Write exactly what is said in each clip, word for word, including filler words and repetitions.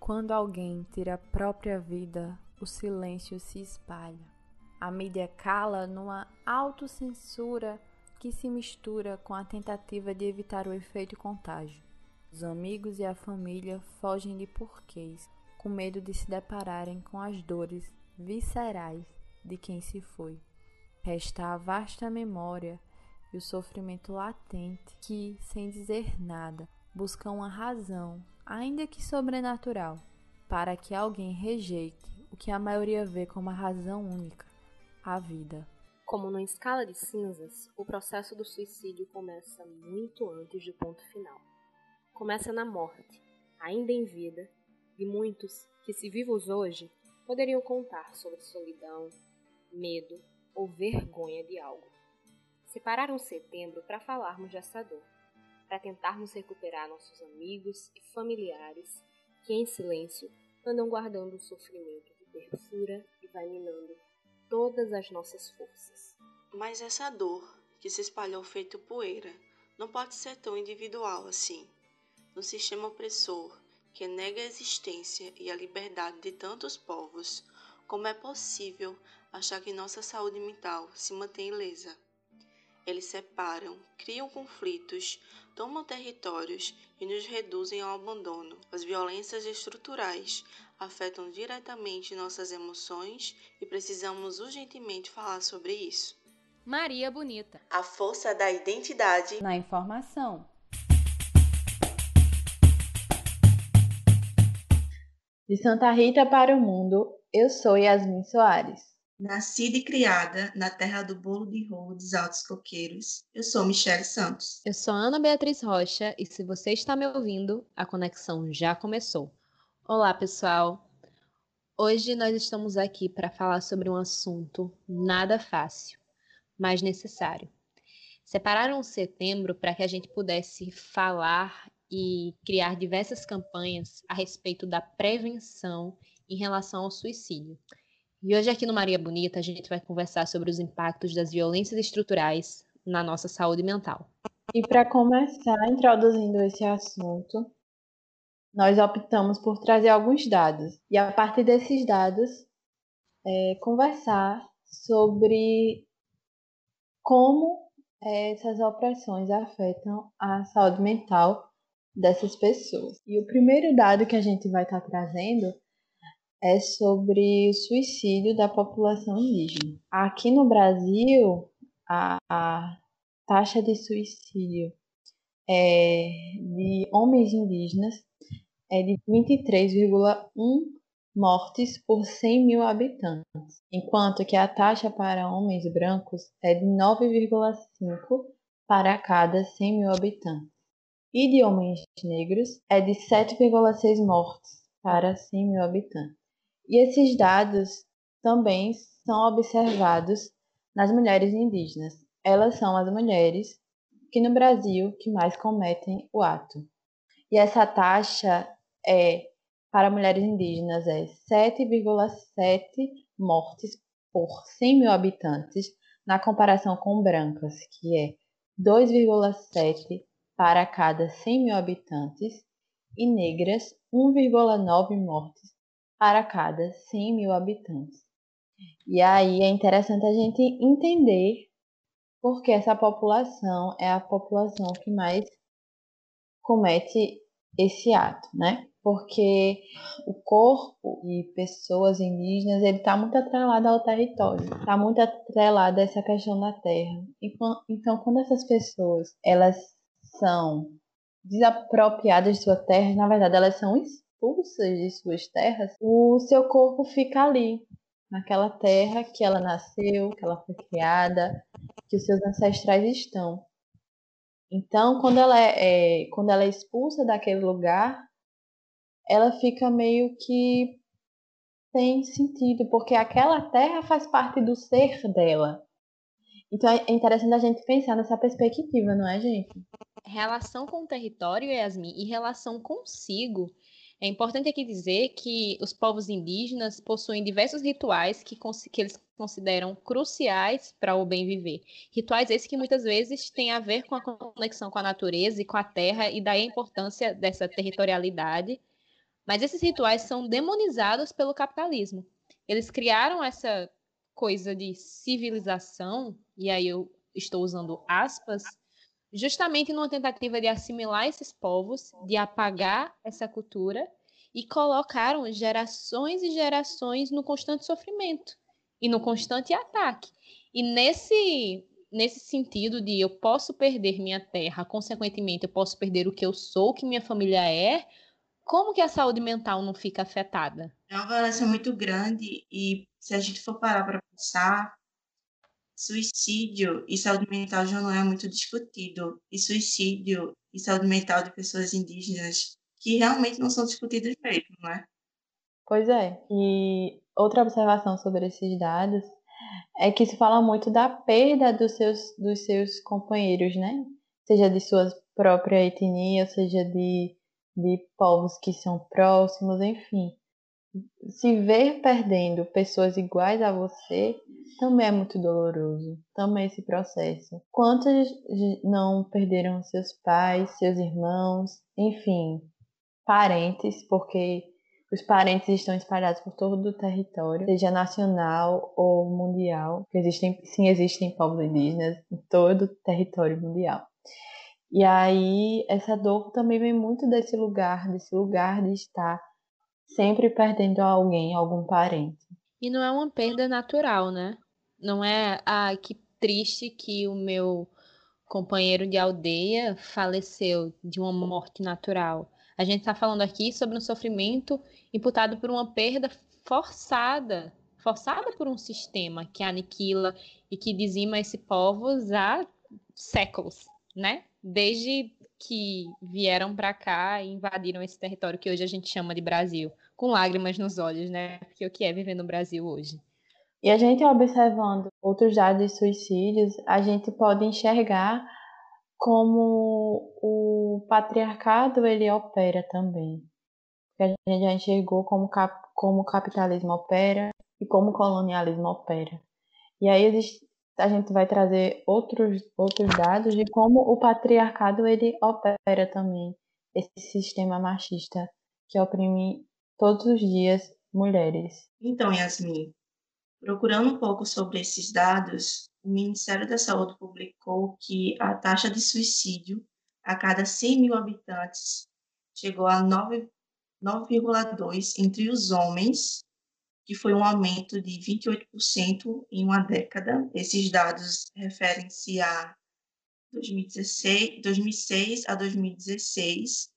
Quando alguém tira a própria vida, o silêncio se espalha. A mídia cala numa autocensura que se mistura com a tentativa de evitar o efeito contágio. Os amigos e a família fogem de porquês, com medo de se depararem com as dores viscerais de quem se foi. Resta a vasta memória e o sofrimento latente que, sem dizer nada, busca uma razão, ainda que sobrenatural, para que alguém rejeite o que a maioria vê como a razão única, a vida. Como numa escala de cinzas, o processo do suicídio começa muito antes do ponto final. Começa na morte, ainda em vida, de muitos que, se vivos hoje, poderiam contar sobre solidão, medo ou vergonha de algo. Separaram setembro para falarmos dessa dor, para tentarmos recuperar nossos amigos e familiares que, em silêncio, andam guardando o sofrimento que perfura e vai minando todas as nossas forças. Mas essa dor, que se espalhou feito poeira, não pode ser tão individual assim. No sistema opressor, que nega a existência e a liberdade de tantos povos, como é possível achar que nossa saúde mental se mantém ilesa? Eles separam, criam conflitos, tomam territórios e nos reduzem ao abandono. As violências estruturais afetam diretamente nossas emoções e precisamos urgentemente falar sobre isso. Maria Bonita. A força da identidade na informação. De Santa Rita para o mundo, eu sou Yasmin Soares. Nascida e criada na terra do bolo de rolo dos Altos Coqueiros, eu sou Michele Santos. Eu sou Ana Beatriz Rocha e se você está me ouvindo, a conexão já começou. Olá, pessoal! Hoje nós estamos aqui para falar sobre um assunto nada fácil, mas necessário. Separaram o setembro para que a gente pudesse falar e criar diversas campanhas a respeito da prevenção em relação ao suicídio. E hoje aqui no Maria Bonita a gente vai conversar sobre os impactos das violências estruturais na nossa saúde mental. E para começar introduzindo esse assunto, nós optamos por trazer alguns dados. E a partir desses dados, é, conversar sobre como é, essas opressões afetam a saúde mental dessas pessoas. E o primeiro dado que a gente vai estar trazendo é sobre o suicídio da população indígena. Aqui no Brasil, a, a taxa de suicídio é, de homens indígenas é de vinte e três vírgula um mortes por cem mil habitantes, enquanto que a taxa para homens brancos é de nove vírgula cinco para cada cem mil habitantes. E de homens negros é de sete vírgula seis mortes para cem mil habitantes. E esses dados também são observados nas mulheres indígenas. Elas são as mulheres que no Brasil que mais cometem o ato. E essa taxa é, para mulheres indígenas é sete vírgula sete mortes por cem mil habitantes, na comparação com brancas, que é dois vírgula sete para cada cem mil habitantes, e negras um vírgula nove mortes para cada cem mil habitantes. E aí é interessante a gente entender porque essa população é a população que mais comete esse ato, né? Porque o corpo de pessoas indígenas ele está muito atrelado ao território, está muito atrelado a essa questão da terra. Então, quando essas pessoas elas são desapropriadas de sua terra, na verdade elas são expulsas de suas terras, o seu corpo fica ali, naquela terra que ela nasceu, que ela foi criada, que os seus ancestrais estão. Então, quando ela é, é, quando ela é expulsa daquele lugar, ela fica meio que sem sentido, porque aquela terra faz parte do ser dela. Então, é interessante a gente pensar nessa perspectiva, não é, gente? Relação com o território, Yasmin, e relação consigo. É importante aqui dizer que os povos indígenas possuem diversos rituais que, que eles consideram cruciais para o bem viver. Rituais esses que muitas vezes têm a ver com a conexão com a natureza e com a terra, e daí a importância dessa territorialidade, Mas esses rituais são demonizados pelo capitalismo. Eles criaram essa coisa de civilização, e aí eu estou usando aspas, justamente numa tentativa de assimilar esses povos, de apagar essa cultura, e colocaram gerações e gerações no constante sofrimento e no constante ataque. E nesse, nesse sentido de eu posso perder minha terra, consequentemente eu posso perder o que eu sou, o que minha família é, como que a saúde mental não fica afetada? É uma violência muito grande e se a gente for parar para pensar, suicídio e saúde mental já não é muito discutido. E suicídio e saúde mental de pessoas indígenas que realmente não são discutidos mesmo, não é? Pois é. E outra observação sobre esses dados é que se fala muito da perda dos seus, dos seus companheiros, né? Seja de sua própria etnia, seja de, de povos que são próximos, enfim. Se ver perdendo pessoas iguais a você também é muito doloroso, também esse processo. Quantos não perderam seus pais, seus irmãos, enfim, parentes, porque os parentes estão espalhados por todo o território, seja nacional ou mundial. Existem, sim, existem povos indígenas em todo o território mundial. E aí, essa dor também vem muito desse lugar, desse lugar de estar sempre perdendo alguém, algum parente. E não é uma perda natural, né? Não é, ah, que triste que o meu companheiro de aldeia faleceu de uma morte natural. A gente está falando aqui sobre um sofrimento imputado por uma perda forçada, forçada por um sistema que aniquila e que dizima esse povos há séculos, né? Desde que vieram para cá e invadiram esse território que hoje a gente chama de Brasil, com lágrimas nos olhos, né? Porque o que é viver no Brasil hoje? E a gente observando outros dados de suicídios, a gente pode enxergar como o patriarcado ele opera também. Porque a gente já enxergou como, cap, como o capitalismo opera e como o colonialismo opera. E aí existe, a gente vai trazer outros, outros dados de como o patriarcado ele opera também, esse sistema machista que oprime todos os dias mulheres. Então, Yasmin, procurando um pouco sobre esses dados, o Ministério da Saúde publicou que a taxa de suicídio a cada cem mil habitantes chegou a nove vírgula dois entre os homens, que foi um aumento de vinte e oito por cento em uma década. Esses dados referem-se a dois mil e dezesseis, dois mil e seis a dois mil e dezesseis.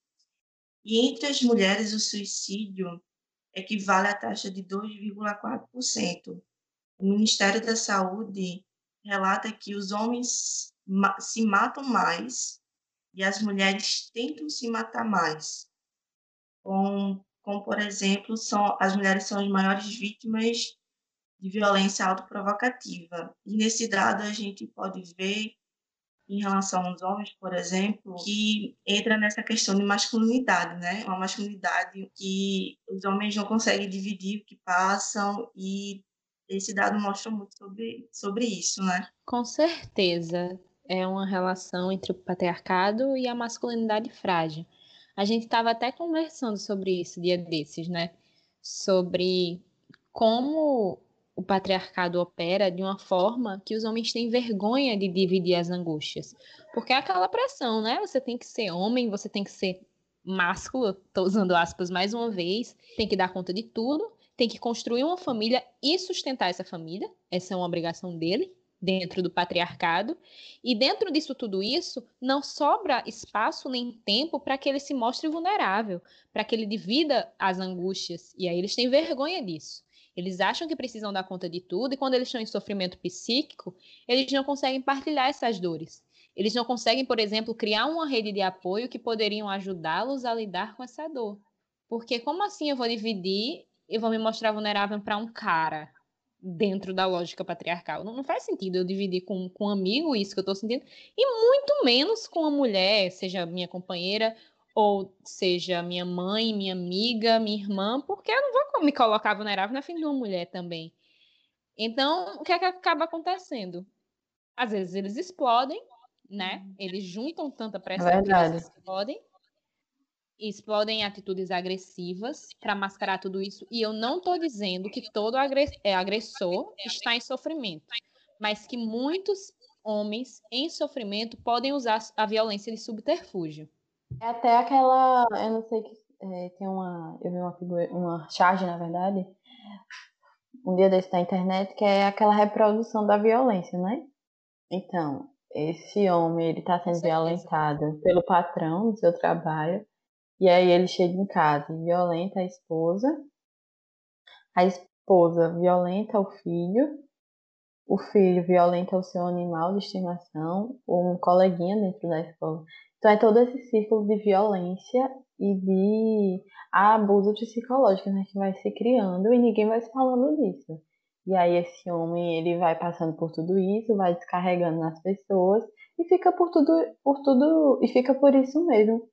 E entre as mulheres, o suicídio equivale à taxa de dois vírgula quatro por cento. O Ministério da Saúde relata que os homens se matam mais e as mulheres tentam se matar mais. Com, como, por exemplo, são, as mulheres são as maiores vítimas de violência autoprovocativa. E nesse dado a gente pode ver, em relação aos homens, por exemplo, que entra nessa questão de masculinidade, né? Uma masculinidade que os homens não conseguem dividir o que passam e esse dado mostra muito sobre, sobre isso, né? Com certeza, é uma relação entre o patriarcado e a masculinidade frágil. A gente estava até conversando sobre isso dia desses, né? Sobre como o patriarcado opera de uma forma que os homens têm vergonha de dividir as angústias. Porque é aquela pressão, né? Você tem que ser homem, você tem que ser másculo, estou usando aspas mais uma vez, tem que dar conta de tudo, tem que construir uma família e sustentar essa família. Essa é uma obrigação dele, dentro do patriarcado. E dentro disso tudo isso, não sobra espaço nem tempo para que ele se mostre vulnerável, para que ele divida as angústias. E aí eles têm vergonha disso. Eles acham que precisam dar conta de tudo e quando eles estão em sofrimento psíquico, eles não conseguem partilhar essas dores. Eles não conseguem, por exemplo, criar uma rede de apoio que poderiam ajudá-los a lidar com essa dor. Porque como assim eu vou dividir e vou me mostrar vulnerável para um cara dentro da lógica patriarcal? Não, não faz sentido eu dividir com, com um amigo isso que eu estou sentindo, e muito menos com uma mulher, seja minha companheira, ou seja minha mãe, minha amiga, minha irmã, porque eu não vou me colocar vulnerável na frente de uma mulher também. Então, o que é que acaba acontecendo? Às vezes eles explodem, né? Eles juntam tanta pressão É que eles verdade. explodem. explodem atitudes agressivas para mascarar tudo isso. E eu não estou dizendo que todo agressor está em sofrimento, mas que muitos homens em sofrimento podem usar a violência de subterfúgio. É até aquela, eu não sei que é, tem uma, eu vi uma figura, uma charge, na verdade, um dia desse na internet, que é aquela reprodução da violência, né? Então, esse homem, ele tá sendo violentado pelo patrão do seu trabalho, e aí ele chega em casa e violenta a esposa, a esposa violenta o filho, o filho violenta o seu animal de estimação, ou um coleguinha dentro da escola. Então é todo esse círculo de violência e de abuso psicológico, né, que vai se criando e ninguém vai se falando disso. E aí esse homem, ele vai passando por tudo isso, vai descarregando nas pessoas e fica por tudo, por tudo, e fica por isso mesmo.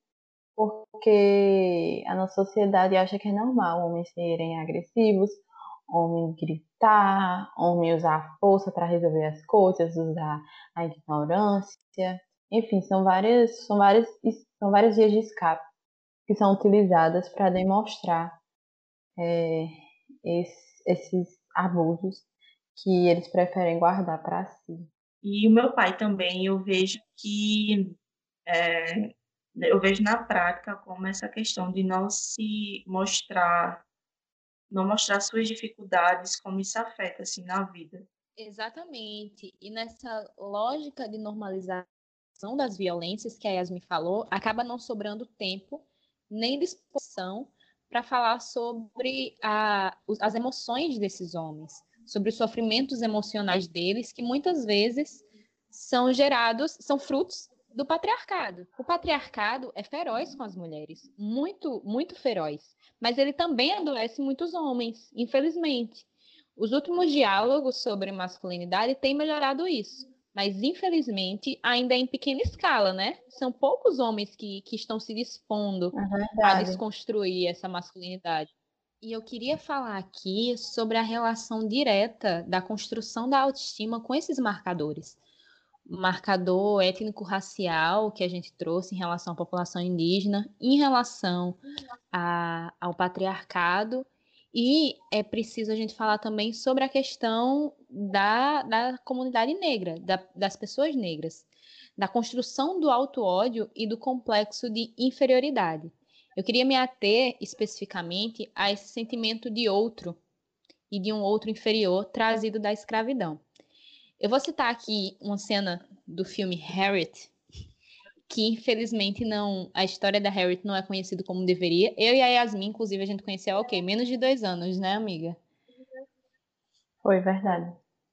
Porque a nossa sociedade acha que é normal homens serem agressivos, homem gritar, homem usar a força para resolver as coisas, usar a ignorância. Enfim, são várias, são várias, são várias vias de escape que são utilizadas para demonstrar é, esse, esses abusos que eles preferem guardar para si. E o meu pai também, eu vejo que é, eu vejo na prática como essa questão de não se mostrar, não mostrar suas dificuldades, como isso afeta assim na vida. Exatamente. E nessa lógica de normalização das violências que a Yasmin falou, acaba não sobrando tempo nem disposição para falar sobre a, as emoções desses homens, sobre os sofrimentos emocionais deles, que muitas vezes são gerados, são frutos do patriarcado. O patriarcado é feroz com as mulheres, muito, muito feroz, mas ele também adoece muitos homens, infelizmente. Os últimos diálogos sobre masculinidade têm melhorado isso, mas infelizmente ainda é em pequena escala, né? São poucos homens que, que estão se dispondo É a verdade. desconstruir essa masculinidade. E eu queria falar aqui sobre a relação direta da construção da autoestima com esses marcadores. O marcador étnico-racial que a gente trouxe em relação à população indígena, em relação a, ao patriarcado. E é preciso a gente falar também sobre a questão da, da comunidade negra, da, das pessoas negras, da construção do auto-ódio e do complexo de inferioridade. Eu queria me ater especificamente a esse sentimento de outro e de um outro inferior trazido da escravidão. Eu vou citar aqui uma cena do filme Harriet, que infelizmente não, a história da Harriet não é conhecida como deveria. Eu e a Yasmin, inclusive, a gente conheceu há, ok, menos de dois anos, né, amiga? Foi verdade.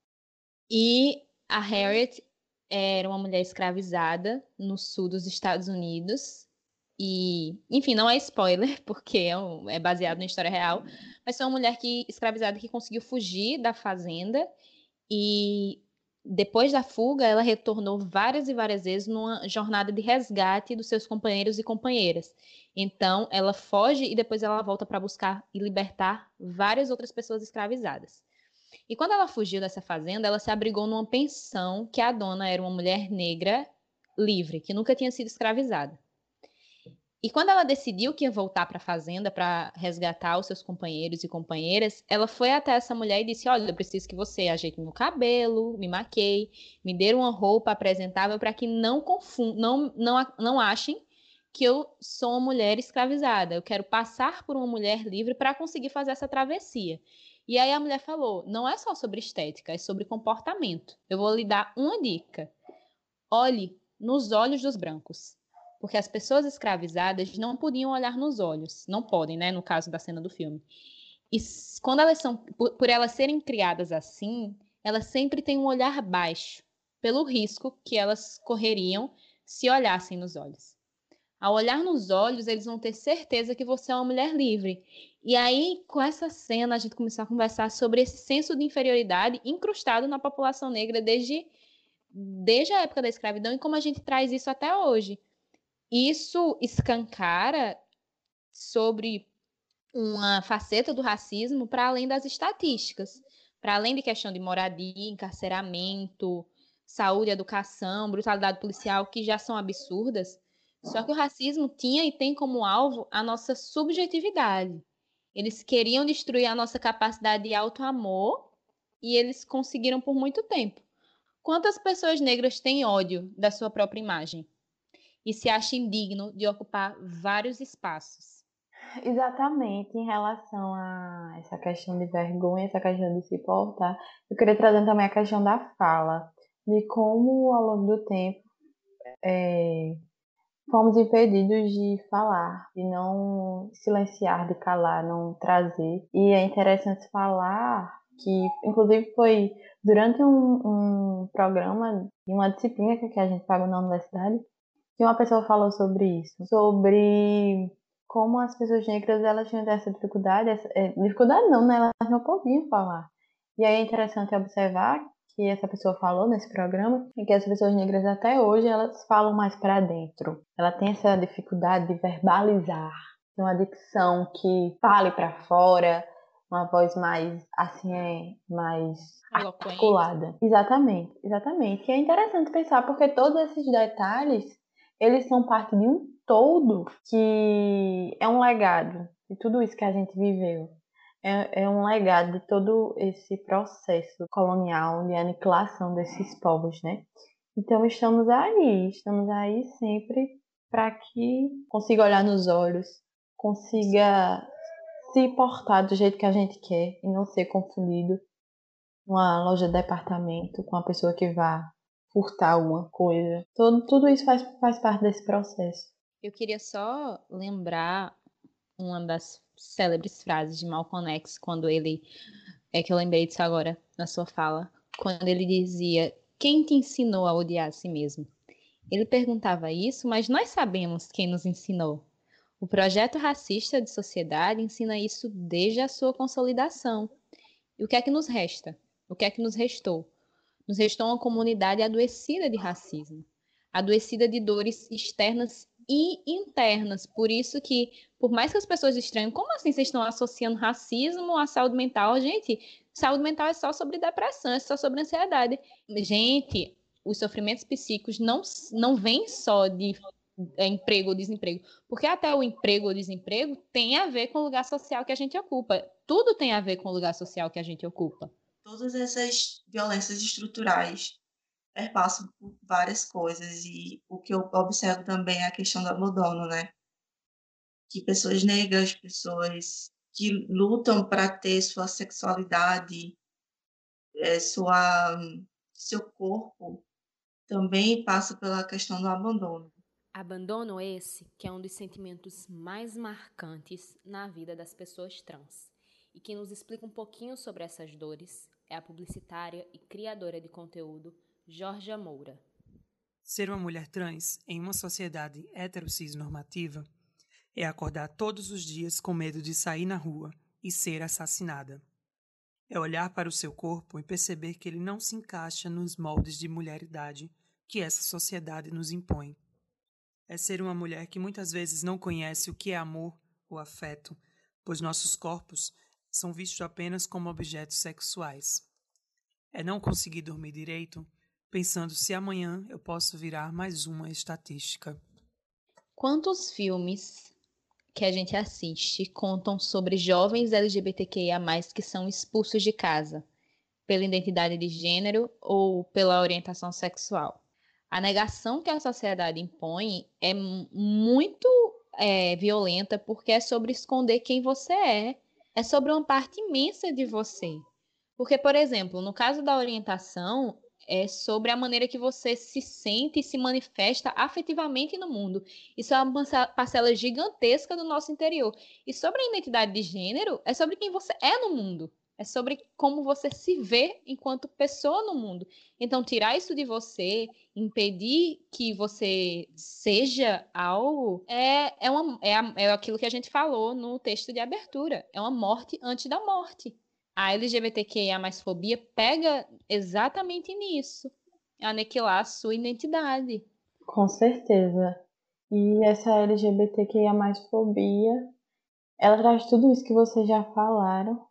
E a Harriet era uma mulher escravizada no sul dos Estados Unidos. E, enfim, não é spoiler, porque é, um, é baseado na história real, mas foi uma mulher que, escravizada que conseguiu fugir da fazenda e depois da fuga, ela retornou várias e várias vezes numa jornada de resgate dos seus companheiros e companheiras. Então, ela foge e depois ela volta para buscar e libertar várias outras pessoas escravizadas. E quando ela fugiu dessa fazenda, ela se abrigou numa pensão que a dona era uma mulher negra livre, que nunca tinha sido escravizada. E quando ela decidiu que ia voltar para a fazenda para resgatar os seus companheiros e companheiras, ela foi até essa mulher e disse: olha, eu preciso que você ajeite meu cabelo, me maqueie, me dê uma roupa apresentável para que não confundam, não, não, não achem que eu sou uma mulher escravizada. Eu quero passar por uma mulher livre para conseguir fazer essa travessia. E aí a mulher falou: não é só sobre estética, é sobre comportamento. Eu vou lhe dar uma dica. Olhe nos olhos dos brancos. Porque as pessoas escravizadas não podiam olhar nos olhos. Não podem, né? No caso da cena do filme. E quando elas são, por, por elas serem criadas assim, elas sempre têm um olhar baixo, pelo risco que elas correriam se olhassem nos olhos. Ao olhar nos olhos, eles vão ter certeza que você é uma mulher livre. E aí, com essa cena, a gente começou a conversar sobre esse senso de inferioridade incrustado na população negra desde, desde a época da escravidão e como a gente traz isso até hoje. Isso escancara sobre uma faceta do racismo para além das estatísticas, para além de questão de moradia, encarceramento, saúde, educação, brutalidade policial, que já são absurdas, Só que o racismo tinha e tem como alvo a nossa subjetividade. Eles queriam destruir a nossa capacidade de auto-amor e eles conseguiram por muito tempo. Quantas pessoas negras têm ódio da sua própria imagem e se acham indigno de ocupar vários espaços? Exatamente, em relação a essa questão de vergonha, essa questão de se portar, eu queria trazer também a questão da fala, de como ao longo do tempo é, fomos impedidos de falar, de não silenciar, de calar, não trazer. E é interessante falar que, inclusive, foi durante um, um programa, de uma disciplina que a gente pagou na universidade, que uma pessoa falou sobre isso, sobre como as pessoas negras elas tinham essa dificuldade, essa, é, dificuldade não, né? Elas não podiam falar. E aí é interessante observar que essa pessoa falou nesse programa e que as pessoas negras até hoje elas falam mais para dentro. Ela tem essa dificuldade de verbalizar, tem uma dicção que fale para fora, uma voz mais assim é mais Eloquente. articulada. Exatamente, exatamente. E é interessante pensar porque todos esses detalhes eles são parte de um todo que é um legado de tudo isso que a gente viveu. É, é um legado de todo esse processo colonial de aniquilação desses povos, né? Então estamos aí, estamos aí sempre para que consiga olhar nos olhos, consiga se portar do jeito que a gente quer e não ser confundido com uma loja de departamento, com uma pessoa que vá furtar alguma coisa. Todo, tudo isso faz, faz parte desse processo. Eu queria só lembrar uma das célebres frases de Malcolm X, quando ele, é que eu lembrei disso agora, na sua fala, quando ele dizia, quem te ensinou a odiar a si mesmo? Ele perguntava isso, mas nós sabemos quem nos ensinou. O projeto racista de sociedade ensina isso desde a sua consolidação. E o que é que nos resta? O que é que nos restou? Nos restou uma comunidade adoecida de racismo, adoecida de dores externas e internas. Por isso que, por mais que as pessoas estranhem, como assim vocês estão associando racismo à saúde mental? Gente, saúde mental é só sobre depressão, é só sobre ansiedade. Gente, os sofrimentos psíquicos não, não vêm só de é, emprego ou desemprego, porque até o emprego ou desemprego tem a ver com o lugar social que a gente ocupa. Tudo tem a ver com o lugar social que a gente ocupa. Todas essas violências estruturais perpassam por várias coisas e o que eu observo também é a questão do abandono, né? Que pessoas negras, pessoas que lutam para ter sua sexualidade, é, sua, seu corpo, também passa pela questão do abandono. Abandono esse que é um dos sentimentos mais marcantes na vida das pessoas trans. E quem nos explica um pouquinho sobre essas dores é a publicitária e criadora de conteúdo Georgia Moura. Ser uma mulher trans em uma sociedade heterocis normativa é acordar todos os dias com medo de sair na rua e ser assassinada. É olhar para o seu corpo e perceber que ele não se encaixa nos moldes de mulheridade que essa sociedade nos impõe. É ser uma mulher que muitas vezes não conhece o que é amor ou afeto, pois nossos corpos são vistos apenas como objetos sexuais. É não conseguir dormir direito, pensando se amanhã eu posso virar mais uma estatística. Quantos filmes que a gente assiste contam sobre jovens L G B T Q I A mais, que são expulsos de casa pela identidade de gênero ou pela orientação sexual? A negação que a sociedade impõe é muito é, violenta, porque é sobre esconder quem você é. É sobre uma parte imensa de você. Porque, por exemplo, no caso da orientação, é sobre a maneira que você se sente e se manifesta afetivamente no mundo. Isso é uma parcela gigantesca do nosso interior. E sobre a identidade de gênero, é sobre quem você é no mundo. É sobre como você se vê enquanto pessoa no mundo. Então, tirar isso de você, impedir que você seja algo, é, é, uma, é, a, é aquilo que a gente falou no texto de abertura. É uma morte antes da morte. A L G B T Q I A mais fobia pega exatamente nisso. Aniquilar a sua identidade. Com certeza. E essa L G B T Q I A mais fobia, ela traz tudo isso que vocês já falaram.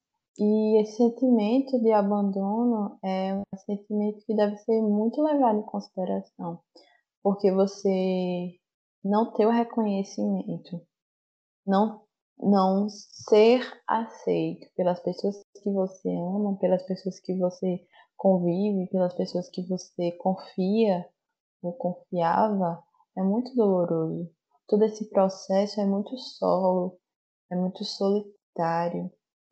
E esse sentimento de abandono é um sentimento que deve ser muito levado em consideração, porque você não ter o reconhecimento, não, não ser aceito pelas pessoas que você ama, pelas pessoas que você convive, pelas pessoas que você confia ou confiava, é muito doloroso. Todo esse processo é muito solo, é muito solitário.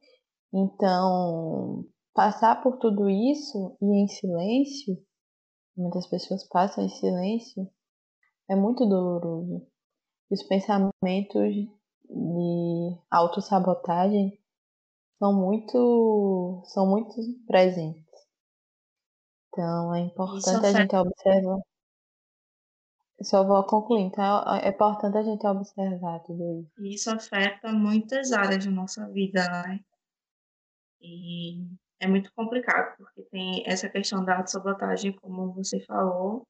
Então, passar por tudo isso e em silêncio, muitas pessoas passam em silêncio, é muito doloroso. Os pensamentos de autossabotagem são muito, são muito presentes. Então, é Isso importante a gente afeta, observar. Só vou concluir. Então, é importante a gente observar tudo isso. isso afeta muitas áreas da nossa vida, né? E é muito complicado, porque tem essa questão da autossabotagem, como você falou,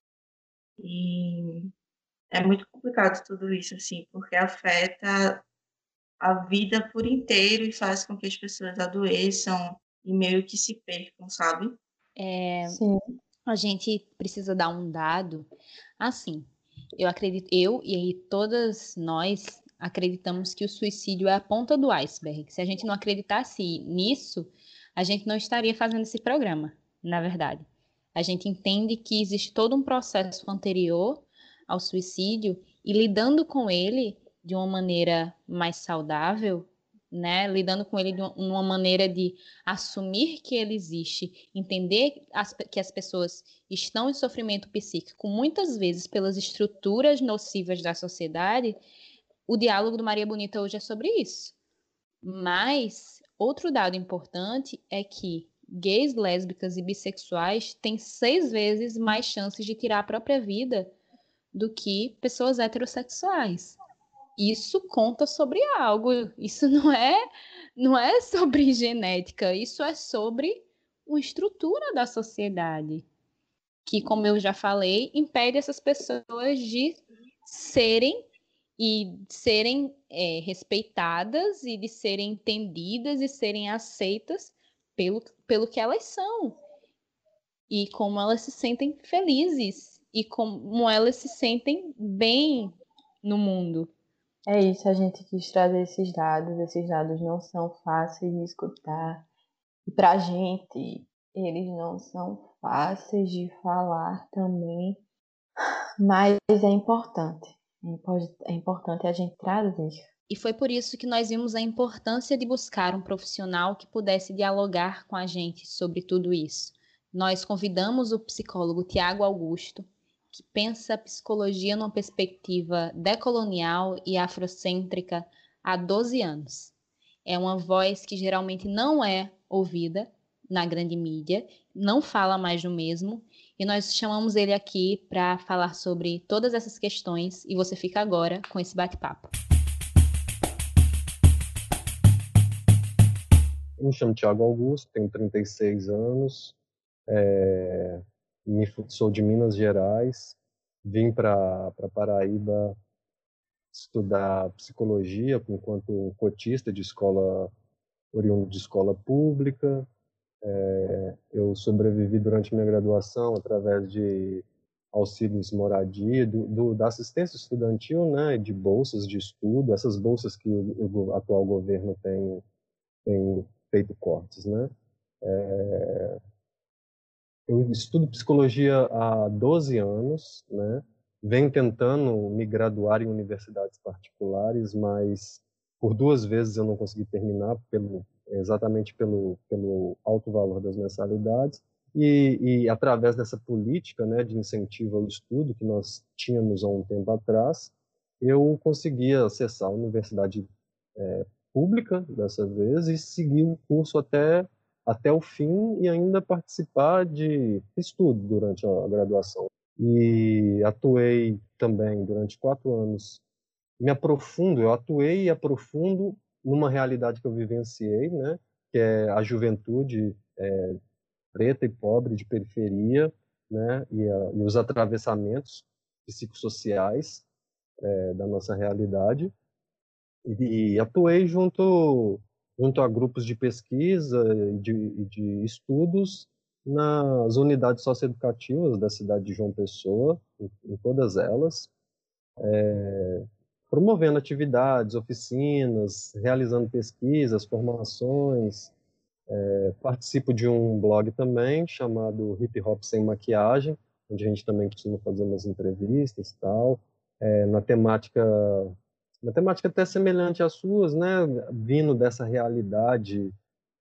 e é muito complicado tudo isso, assim, porque afeta a vida por inteiro e faz com que as pessoas adoeçam e meio que se percam, sabe? É, Sim, a gente precisa dar um dado. Assim, eu acredito, eu e aí todas nós acreditamos que o suicídio é a ponta do iceberg. Se a gente não acreditasse nisso, a gente não estaria fazendo esse programa, na verdade. A gente entende que existe todo um processo anterior ao suicídio e lidando com ele de uma maneira mais saudável, né? Lidando com ele de uma, uma maneira de assumir que ele existe, entender as, que as pessoas estão em sofrimento psíquico, muitas vezes pelas estruturas nocivas da sociedade, o diálogo do Maria Bonita hoje é sobre isso. Mas outro dado importante é que gays, lésbicas e bissexuais têm seis vezes mais chances de tirar a própria vida do que pessoas heterossexuais. Isso conta sobre algo. Isso não é, não é sobre genética, isso é sobre uma estrutura da sociedade que, como eu já falei, impede essas pessoas de serem e serem é, respeitadas e de serem entendidas e serem aceitas pelo, pelo que elas são e como elas se sentem felizes e como elas se sentem bem no mundo. é isso. A gente quis trazer esses dados. Esses dados não são fáceis de escutar. E pra gente, eles não são fáceis de falar também. Mas é importante. É impo- é importante a gente trazer. E foi por isso que nós vimos a importância de buscar um profissional que pudesse dialogar com a gente sobre tudo isso. Nós convidamos o psicólogo Tiago Augusto, que pensa a psicologia numa perspectiva decolonial e afrocêntrica há doze anos. É uma voz que geralmente não é ouvida na grande mídia, não fala mais do mesmo, e nós chamamos ele aqui para falar sobre todas essas questões, e você fica agora com esse bate-papo. Eu me chamo Tiago Augusto, tenho trinta e seis anos, é, sou de Minas Gerais, vim para Paraíba estudar psicologia enquanto cotista de escola, oriundo de escola pública. É, eu sobrevivi durante minha graduação através de auxílios moradia, do, do, da assistência estudantil, né, de bolsas de estudo, essas bolsas que o, o atual governo tem, tem feito cortes, né? É, eu estudo psicologia há doze anos, né? Venho tentando me graduar em universidades particulares, mas por duas vezes eu não consegui terminar, pelo, exatamente pelo, pelo alto valor das mensalidades. E, e através dessa política, né, de incentivo ao estudo que nós tínhamos há um tempo atrás, eu consegui acessar a universidade é, pública dessa vez e seguir o curso até até o fim e ainda participar de estudo durante a graduação. E atuei também durante quatro anos. Me aprofundo, eu atuei e aprofundo numa realidade que eu vivenciei, né, que é a juventude é, preta e pobre de periferia, né, e, a, e os atravessamentos psicossociais é, da nossa realidade. E, e atuei junto junto a grupos de pesquisa e de, de estudos nas unidades socioeducativas da cidade de João Pessoa, em, em todas elas. é, promovendo atividades, oficinas, realizando pesquisas, formações. É, participo de um blog também chamado Hip Hop Sem Maquiagem, onde a gente também costuma fazer umas entrevistas e tal, é, na temática, na temática até semelhante às suas, né, vindo dessa realidade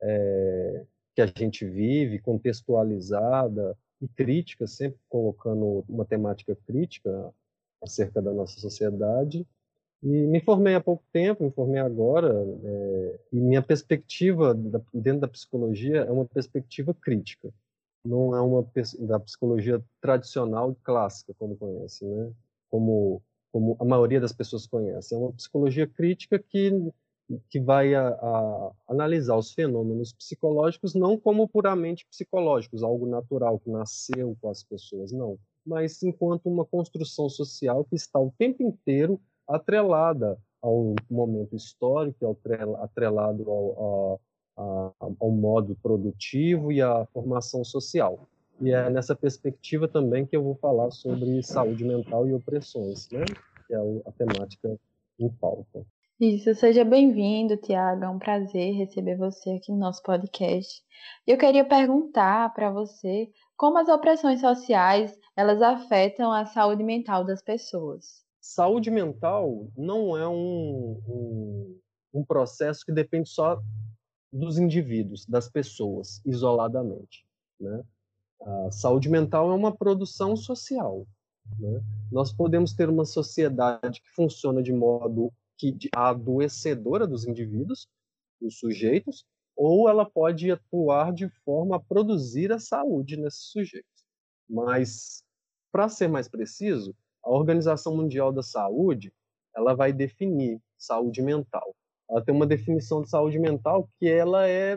é, que a gente vive, contextualizada e crítica, sempre colocando uma temática crítica acerca da nossa sociedade. E me formei há pouco tempo, me formei agora, é, e minha perspectiva da, dentro da psicologia é uma perspectiva crítica, não é uma da psicologia tradicional e clássica, como conhece, né? Como, como a maioria das pessoas conhece. É uma psicologia crítica que, que vai a, a analisar os fenômenos psicológicos não como puramente psicológicos, algo natural que nasceu com as pessoas, não, mas enquanto uma construção social que está o tempo inteiro atrelada ao momento histórico, atrelado ao, ao, ao modo produtivo e à formação social. E é nessa perspectiva também que eu vou falar sobre saúde mental e opressões, né? Que é a temática em pauta. Isso, seja bem-vindo, Tiago. É um prazer receber você aqui no nosso podcast. Eu queria perguntar para você como as opressões sociais elas afetam a saúde mental das pessoas. Saúde mental não é um, um, um processo que depende só dos indivíduos, das pessoas, isoladamente, né? A saúde mental é uma produção social, né? Nós podemos ter uma sociedade que funciona de modo que adoecedora dos indivíduos, dos sujeitos, ou ela pode atuar de forma a produzir a saúde nesses sujeitos. Mas, para ser mais preciso, a Organização Mundial da Saúde ela vai definir saúde mental. Ela tem uma definição de saúde mental que ela é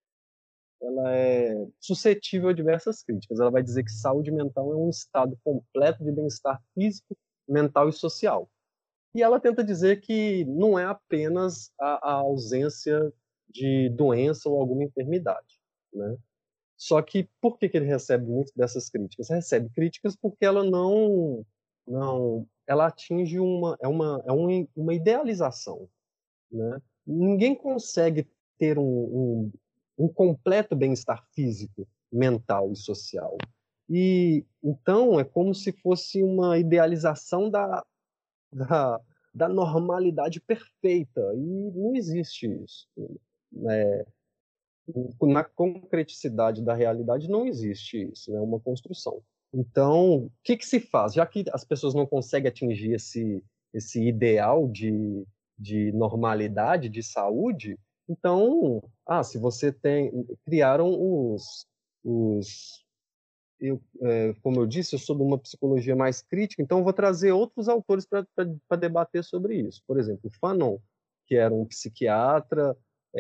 ela é suscetível a diversas críticas. Ela vai dizer que saúde mental é um estado completo de bem-estar físico, mental e social. E ela tenta dizer que não é apenas a, a ausência de doença ou alguma enfermidade, né? Só que por que, que ele recebe muito dessas críticas? Recebe críticas porque ela não, não, ela atinge uma, é uma, é uma, uma idealização, né? Ninguém consegue ter um, um, um completo bem-estar físico, mental e social. E então é como se fosse uma idealização da, da, da normalidade perfeita, e não existe isso, né? Na concreticidade da realidade não existe isso, é uma construção. Então, o que, que se faz? Já que as pessoas não conseguem atingir esse, esse ideal de, de normalidade, de saúde, então, ah, se você tem... Criaram os... os eu, é, como eu disse, eu sou de uma psicologia mais crítica, então eu vou trazer outros autores para debater sobre isso. Por exemplo, Fanon, que era um psiquiatra...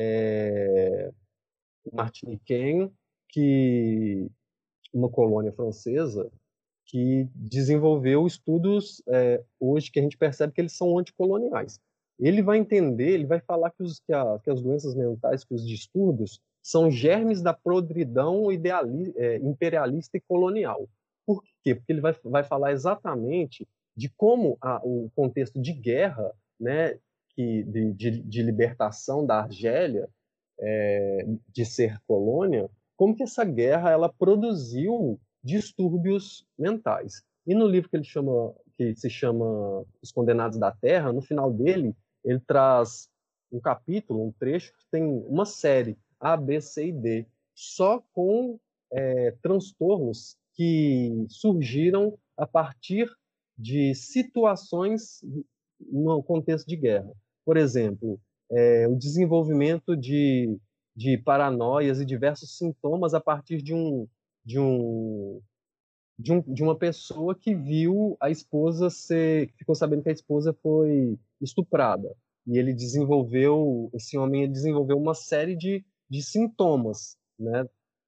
É, martiniquenho, que uma colônia francesa, que desenvolveu estudos é, hoje que a gente percebe que eles são anticoloniais. Ele vai entender, ele vai falar que, os, que, a, que as doenças mentais, que os distúrbios, são germes da podridão ideali, é, imperialista e colonial. Por quê? Porque ele vai, vai falar exatamente de como a, o contexto de guerra, né, que, de, de, de libertação da Argélia, é, de ser colônia, como que essa guerra ela produziu distúrbios mentais. E no livro que ele chama, que se chama Os Condenados da Terra, no final dele, ele traz um capítulo, um trecho que tem uma série A, B, C e D, só com é, transtornos que surgiram a partir de situações no contexto de guerra. Por exemplo, é, o desenvolvimento de, de paranoias e diversos sintomas a partir de um, de um de, um, de uma pessoa que viu a esposa ser, ficou sabendo que a esposa foi estuprada. E ele desenvolveu, esse homem ele desenvolveu uma série de, de sintomas, né?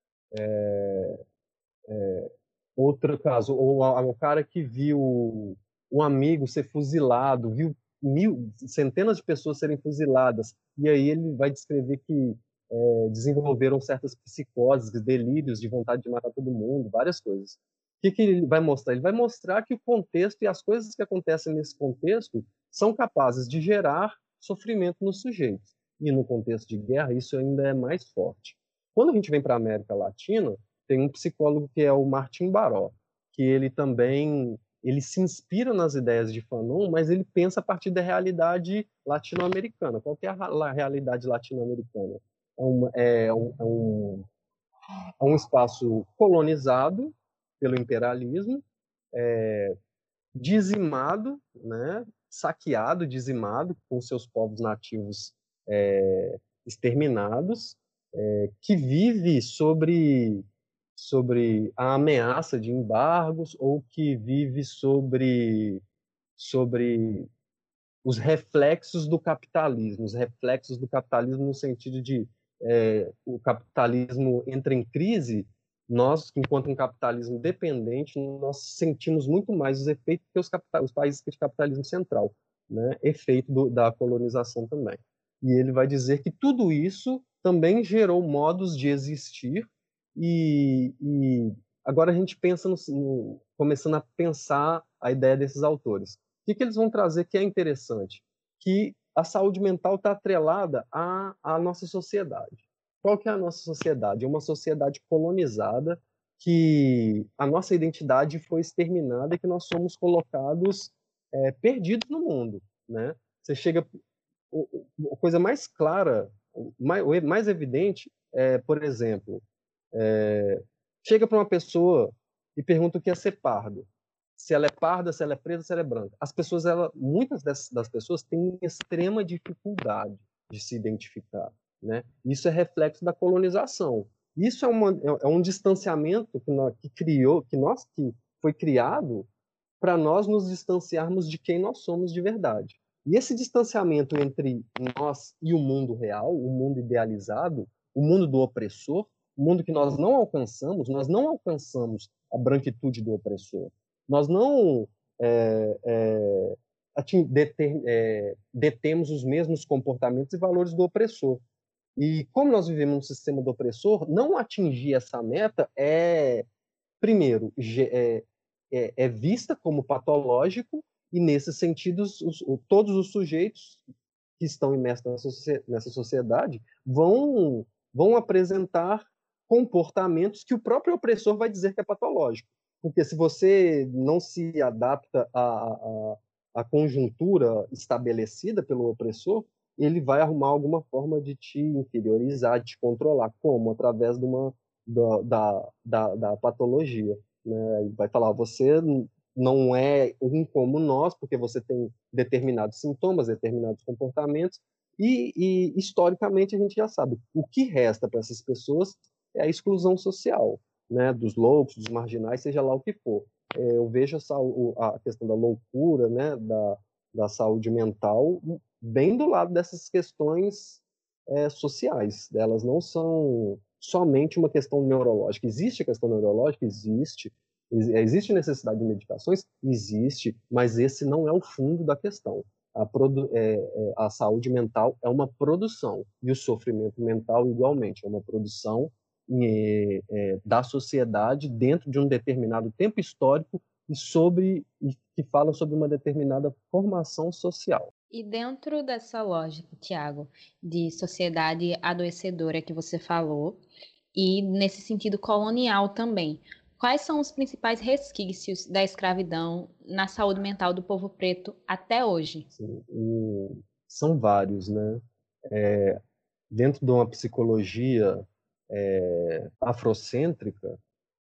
É, é, outro caso, ou o cara que viu um amigo ser fuzilado, viu mil, centenas de pessoas serem fuziladas, e aí ele vai descrever que é, desenvolveram certas psicoses, delírios de vontade de matar todo mundo, várias coisas. que, que ele vai mostrar? Ele vai mostrar que o contexto e as coisas que acontecem nesse contexto são capazes de gerar sofrimento nos sujeitos. E no contexto de guerra, isso ainda é mais forte. Quando a gente vem para a América Latina, tem um psicólogo que é o Martin Baró, que ele também ele se inspira nas ideias de Fanon, mas ele pensa a partir da realidade latino-americana. Qual que é a realidade latino-americana? É, uma, é, um, é, um, é um espaço colonizado pelo imperialismo, é, dizimado, né, saqueado, dizimado, com seus povos nativos é, exterminados, é, que vive sobre, sobre a ameaça de embargos ou que vive sobre, sobre os reflexos do capitalismo, os reflexos do capitalismo no sentido de é, o capitalismo entra em crise, nós, enquanto um capitalismo dependente, nós sentimos muito mais os efeitos que os, capital, os países de capitalismo central, né? Efeito do, da colonização também. E ele vai dizer que tudo isso também gerou modos de existir e, e agora a gente pensa no, no, começando a pensar a ideia desses autores. O que, que eles vão trazer que é interessante? Que a saúde mental está atrelada à, à nossa sociedade. Qual que é a nossa sociedade? É uma sociedade colonizada que a nossa identidade foi exterminada e que nós somos colocados é, perdidos no mundo, né? Você chega... A coisa mais clara, mais, mais evidente é, por exemplo, é, chega para uma pessoa e pergunta o que é ser pardo. Se ela é parda, se ela é preta, se ela é branca. As pessoas, ela, muitas das, das pessoas têm extrema dificuldade de se identificar, né? Isso é reflexo da colonização. Isso é, uma, é um distanciamento que, nós, que criou, que nós que foi criado para nós nos distanciarmos de quem nós somos de verdade. E esse distanciamento entre nós e o mundo real, o mundo idealizado, o mundo do opressor, o mundo que nós não alcançamos, nós não alcançamos a branquitude do opressor. Nós não é, é, deter, é, detemos os mesmos comportamentos e valores do opressor. E como nós vivemos num sistema do opressor, não atingir essa meta é, primeiro, é, é, é vista como patológico e, nesse sentido, os, todos os sujeitos que estão imersos nessa sociedade vão, vão apresentar comportamentos que o próprio opressor vai dizer que é patológico. Porque se você não se adapta à, à, à conjuntura estabelecida pelo opressor, ele vai arrumar alguma forma de te inferiorizar, de te controlar. Como? Através de uma, da, da, da, da patologia. Né? Ele vai falar, você não é um como nós, porque você tem determinados sintomas, determinados comportamentos, e, e historicamente a gente já sabe. O que resta para essas pessoas é a exclusão social, né? Dos loucos, dos marginais, seja lá o que for. É, eu vejo essa, a questão da loucura, né? da, da saúde mental, bem do lado dessas questões é, sociais. Elas não são somente uma questão neurológica. Existe a questão neurológica? Existe. Existe necessidade de medicações? Existe, mas esse não é o fundo da questão. A, produ é, é, a saúde mental é uma produção, e o sofrimento mental, igualmente, é uma produção é, é, da sociedade dentro de um determinado tempo histórico e, sobre, e que fala sobre uma determinada formação social. E dentro dessa lógica, Tiago, de sociedade adoecedora que você falou, e nesse sentido colonial também, quais são os principais resquícios da escravidão na saúde mental do povo preto até hoje? Sim, são vários, né? É, dentro de uma psicologia é, afrocêntrica,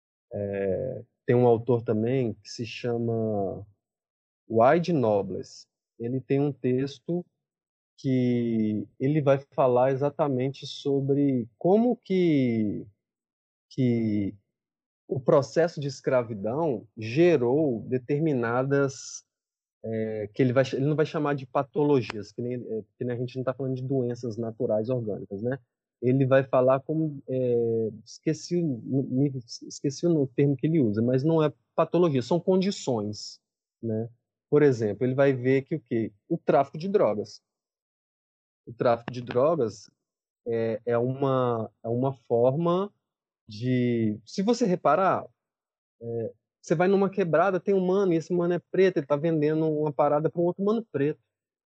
é, tem um autor também que se chama Wade Nobles. Ele tem um texto que ele vai falar exatamente sobre como que, que o processo de escravidão gerou determinadas é, que ele vai ele não vai chamar de patologias, que nem, é, que nem a gente não está falando de doenças naturais orgânicas, né? Ele vai falar como é, esqueci me, esqueci o termo que ele usa, mas não é patologia, são condições, né? Por exemplo, ele vai ver que o que o tráfico de drogas, o tráfico de drogas é, é uma é uma forma de, se você reparar, é, Você vai numa quebrada, tem um mano, e esse mano é preto, ele está vendendo uma parada para um outro mano preto,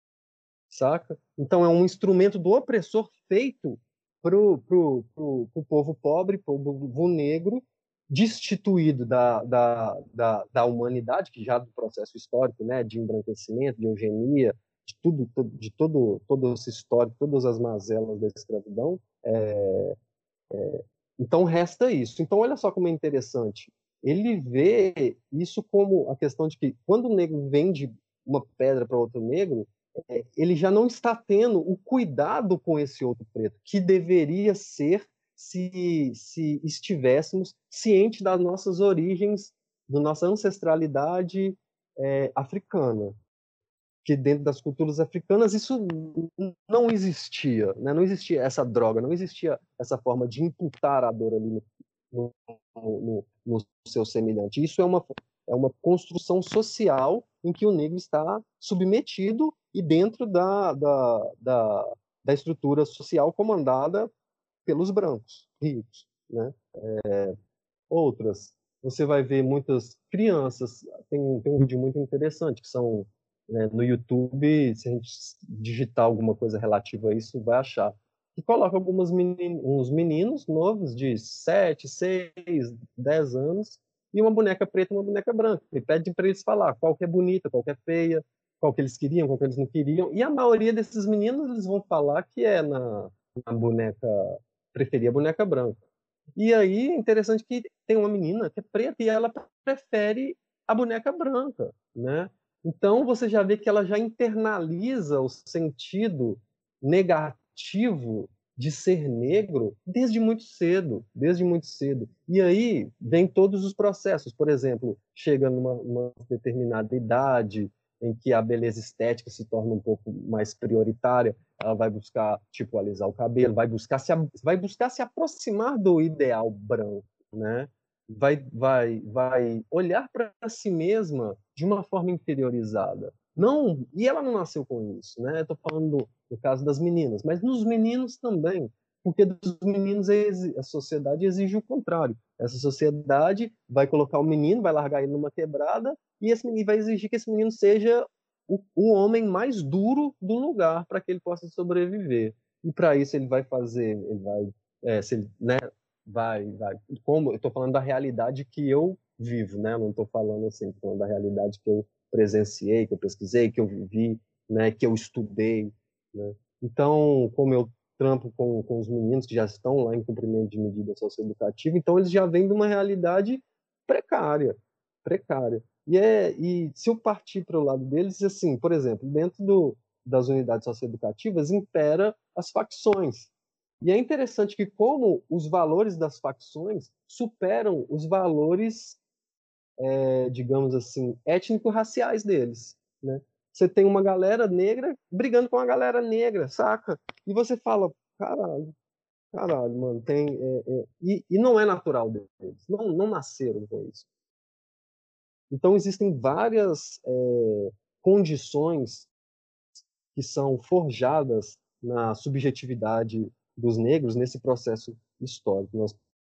saca? Então é um instrumento do opressor feito pro, pro, pro, pro povo pobre, pro povo negro, destituído da, da, da, da humanidade, que já do processo histórico, né, de embranquecimento, de eugenia, de tudo, de todo, todo esse histórico, todas as mazelas da escravidão. É, é, então resta isso. Então olha só como é interessante. Ele vê isso como a questão de que quando o negro vende uma pedra para outro negro, é, ele já não está tendo o cuidado com esse outro preto, que deveria ser se, se estivéssemos cientes das nossas origens, da nossa ancestralidade é, africana. Que dentro das culturas africanas isso não existia, né? Não existia essa droga, não existia essa forma de imputar a dor ali no, no, no, no seu semelhante. Isso é uma, é uma construção social em que o negro está submetido e dentro da, da, da, da estrutura social comandada pelos brancos, ricos, né? É, outras, você vai ver muitas crianças, tem, tem um vídeo muito interessante, que são né, no YouTube, se a gente digitar alguma coisa relativa a isso, vai achar. E coloca alguns meninos, uns meninos novos de sete, seis, dez anos e uma boneca preta e uma boneca branca. E pede para eles falar qual que é bonita, qual que é feia, qual que eles queriam, qual que eles não queriam. E a maioria desses meninos eles vão falar que é na, na boneca, preferia a boneca branca. E aí é interessante que tem uma menina que é preta e ela prefere a boneca branca, né? Então você já vê que ela já internaliza o sentido negativo de ser negro desde muito cedo, desde muito cedo. E aí vem todos os processos, por exemplo, chega numa, numa determinada idade em que a beleza estética se torna um pouco mais prioritária, ela vai buscar tipo alisar o cabelo, vai buscar se vai buscar se aproximar do ideal branco, né? Vai vai vai olhar para si mesma de uma forma interiorizada. Não, e ela não nasceu com isso, né? Estou falando do, do caso das meninas, mas nos meninos também, porque dos meninos a sociedade exige o contrário. Essa sociedade vai colocar o menino, vai largar ele numa quebrada e esse menino vai exigir que esse menino seja o, o homem mais duro do lugar para que ele possa sobreviver. E para isso ele vai fazer, ele vai, é, se ele, né, vai, vai. Como eu estou falando da realidade que eu vivo, né? Eu não estou falando assim, estou falando da realidade que eu presenciei, que eu pesquisei, que eu vivi, né? Que eu estudei, né? Então, como eu trampo com, com os meninos que já estão lá em cumprimento de medida socioeducativa, então eles já vêm de uma realidade precária, precária. E, é, e se eu partir para o lado deles, assim, por exemplo, dentro do, das unidades socioeducativas impera as facções. E é interessante que como os valores das facções superam os valores, é, digamos assim, étnico-raciais deles, né? Você tem uma galera negra brigando com uma galera negra, saca? E você fala, caralho, caralho, mano, tem... É, é, e, e não é natural deles, não, não nasceram com isso. Então, existem várias é, condições que são forjadas na subjetividade dos negros nesse processo histórico. Nós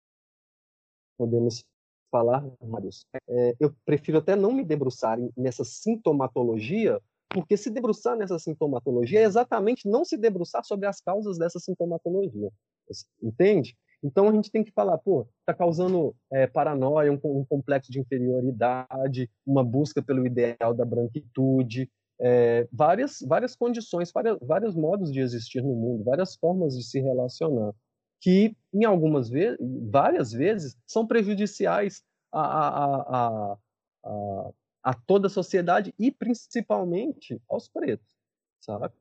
podemos falar vários. É, eu prefiro até não me debruçar nessa sintomatologia, porque se debruçar nessa sintomatologia é exatamente não se debruçar sobre as causas dessa sintomatologia. Entende? Então a gente tem que falar, pô, está causando é, paranoia, um, um complexo de inferioridade, uma busca pelo ideal da branquitude, é, várias, várias condições, várias, vários modos de existir no mundo, várias formas de se relacionar, que em algumas vezes, várias vezes, são prejudiciais a, a, a, a, a toda a sociedade e principalmente aos pretos, sabe?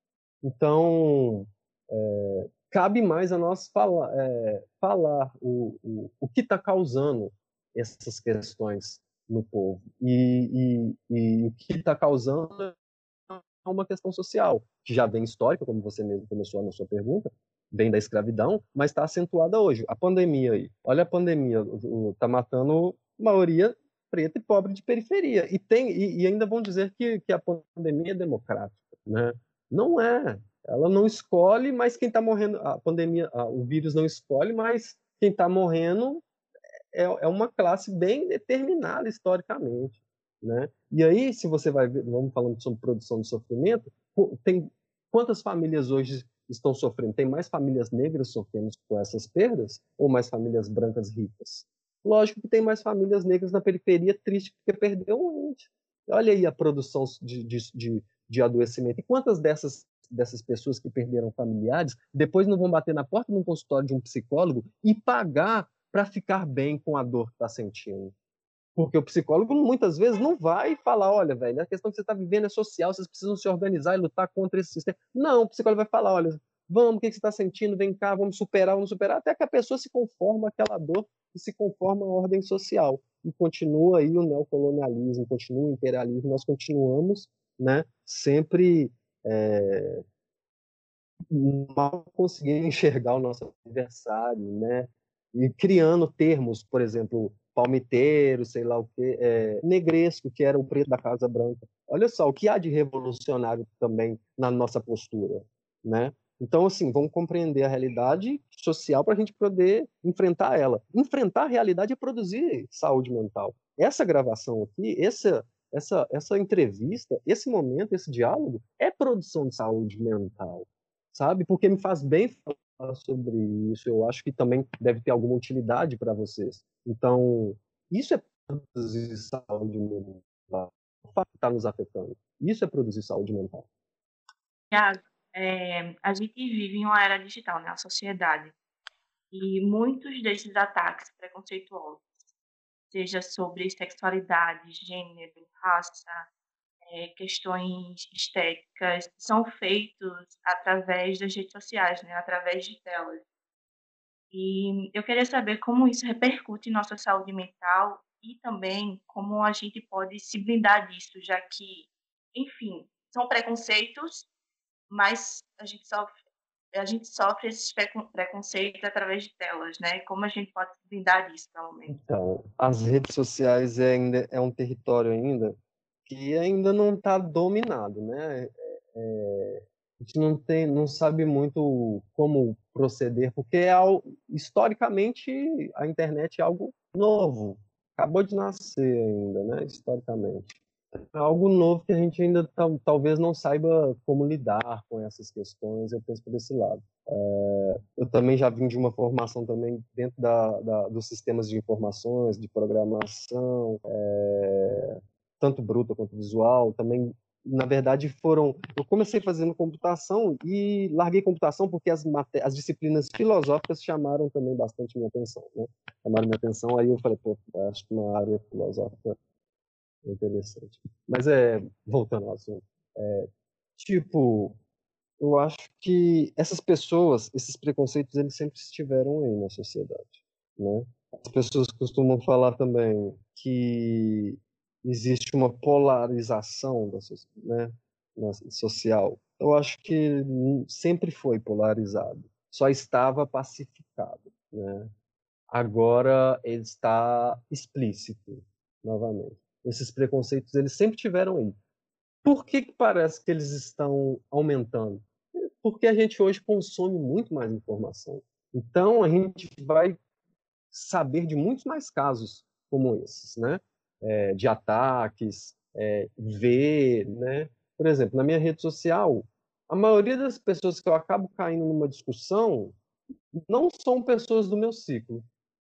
Então, é, cabe mais a nós falar, é, falar o, o, o que está causando essas questões no povo. E, e, e o que está causando é uma questão social, que já vem histórica, como você mesmo começou na sua pergunta, vem da escravidão, mas está acentuada hoje. A pandemia aí, olha a pandemia, está matando a maioria preta e pobre de periferia. E, tem, e, e ainda vão dizer que, que a pandemia é democrática, né? Não é. Ela não escolhe, mas quem está morrendo, a pandemia, a, o vírus não escolhe, mas quem está morrendo é, é uma classe bem determinada historicamente, né? E aí, se você vai ver, vamos falando sobre produção de sofrimento, tem quantas famílias hoje estão sofrendo? Tem mais famílias negras sofrendo com essas perdas ou mais famílias brancas ricas? Lógico que tem mais famílias negras na periferia triste porque perdeu um ente. Olha aí a produção de, de, de, de adoecimento. E quantas dessas, dessas pessoas que perderam familiares depois não vão bater na porta de um consultório de um psicólogo e pagar para ficar bem com a dor que está sentindo? Porque o psicólogo muitas vezes não vai falar, olha, velho, a questão que você está vivendo é social, vocês precisam se organizar e lutar contra esse sistema. Não, o psicólogo vai falar, olha, vamos, o que você está sentindo? Vem cá, vamos superar, vamos superar, até que a pessoa se conforma àquela dor e se conforma à ordem social. E continua aí o neocolonialismo, continua o imperialismo, nós continuamos, né, sempre é, mal conseguindo enxergar o nosso adversário, né, e criando termos, por exemplo, palmiteiro, sei lá o quê, é, negresco, que era o preto da Casa Branca. Olha só, o que há de revolucionário também na nossa postura, né? Então, assim, vamos compreender a realidade social para a gente poder enfrentar ela. Enfrentar a realidade é produzir saúde mental. Essa gravação aqui, essa, essa, essa entrevista, esse momento, esse diálogo, é produção de saúde mental, sabe? Porque me faz bem falar sobre isso. Eu acho que também deve ter alguma utilidade para vocês. Então, isso é produzir saúde mental. O fato está nos afetando. Isso é produzir saúde mental. Tiago, é, a gente vive em uma era digital, né? A sociedade. E muitos desses ataques preconceituosos, seja sobre sexualidade, gênero, raça, é, questões estéticas, são feitos através das redes sociais, né? Através de telas. E eu queria saber como isso repercute em nossa saúde mental e também como a gente pode se blindar disso, já que, enfim, são preconceitos, mas a gente sofre, a gente sofre esses preconceitos através de telas, né? Como a gente pode se blindar disso, pelo menos? Então, as redes sociais é, ainda, é um território ainda que ainda não está dominado, né? É, a gente não tem, não sabe muito como proceder, porque é algo, historicamente a internet é algo novo, acabou de nascer ainda, né? Historicamente. É algo novo que a gente ainda tal, talvez não saiba como lidar com essas questões, eu penso por esse lado. É, eu também já vim de uma formação também dentro da, da, dos sistemas de informações, de programação, é, tanto bruta quanto visual, também, na verdade, foram... Eu comecei fazendo computação e larguei computação porque as, as disciplinas filosóficas chamaram também bastante minha atenção, né? Chamaram minha atenção, aí eu falei, pô, acho que uma área filosófica é interessante. Mas, é, voltando ao assunto, é, tipo, eu acho que essas pessoas, esses preconceitos, eles sempre estiveram aí na sociedade, né? As pessoas costumam falar também que existe uma polarização da, né, na social. Eu acho que sempre foi polarizado, só estava pacificado, né? Agora ele está explícito novamente. Esses preconceitos eles sempre tiveram aí. Por que que parece que eles estão aumentando? Porque a gente hoje consome muito mais informação. Então a gente vai saber de muitos mais casos como esses, né? É, de ataques, é, ver, né? Por exemplo, na minha rede social, a maioria das pessoas que eu acabo caindo numa discussão não são pessoas do meu ciclo.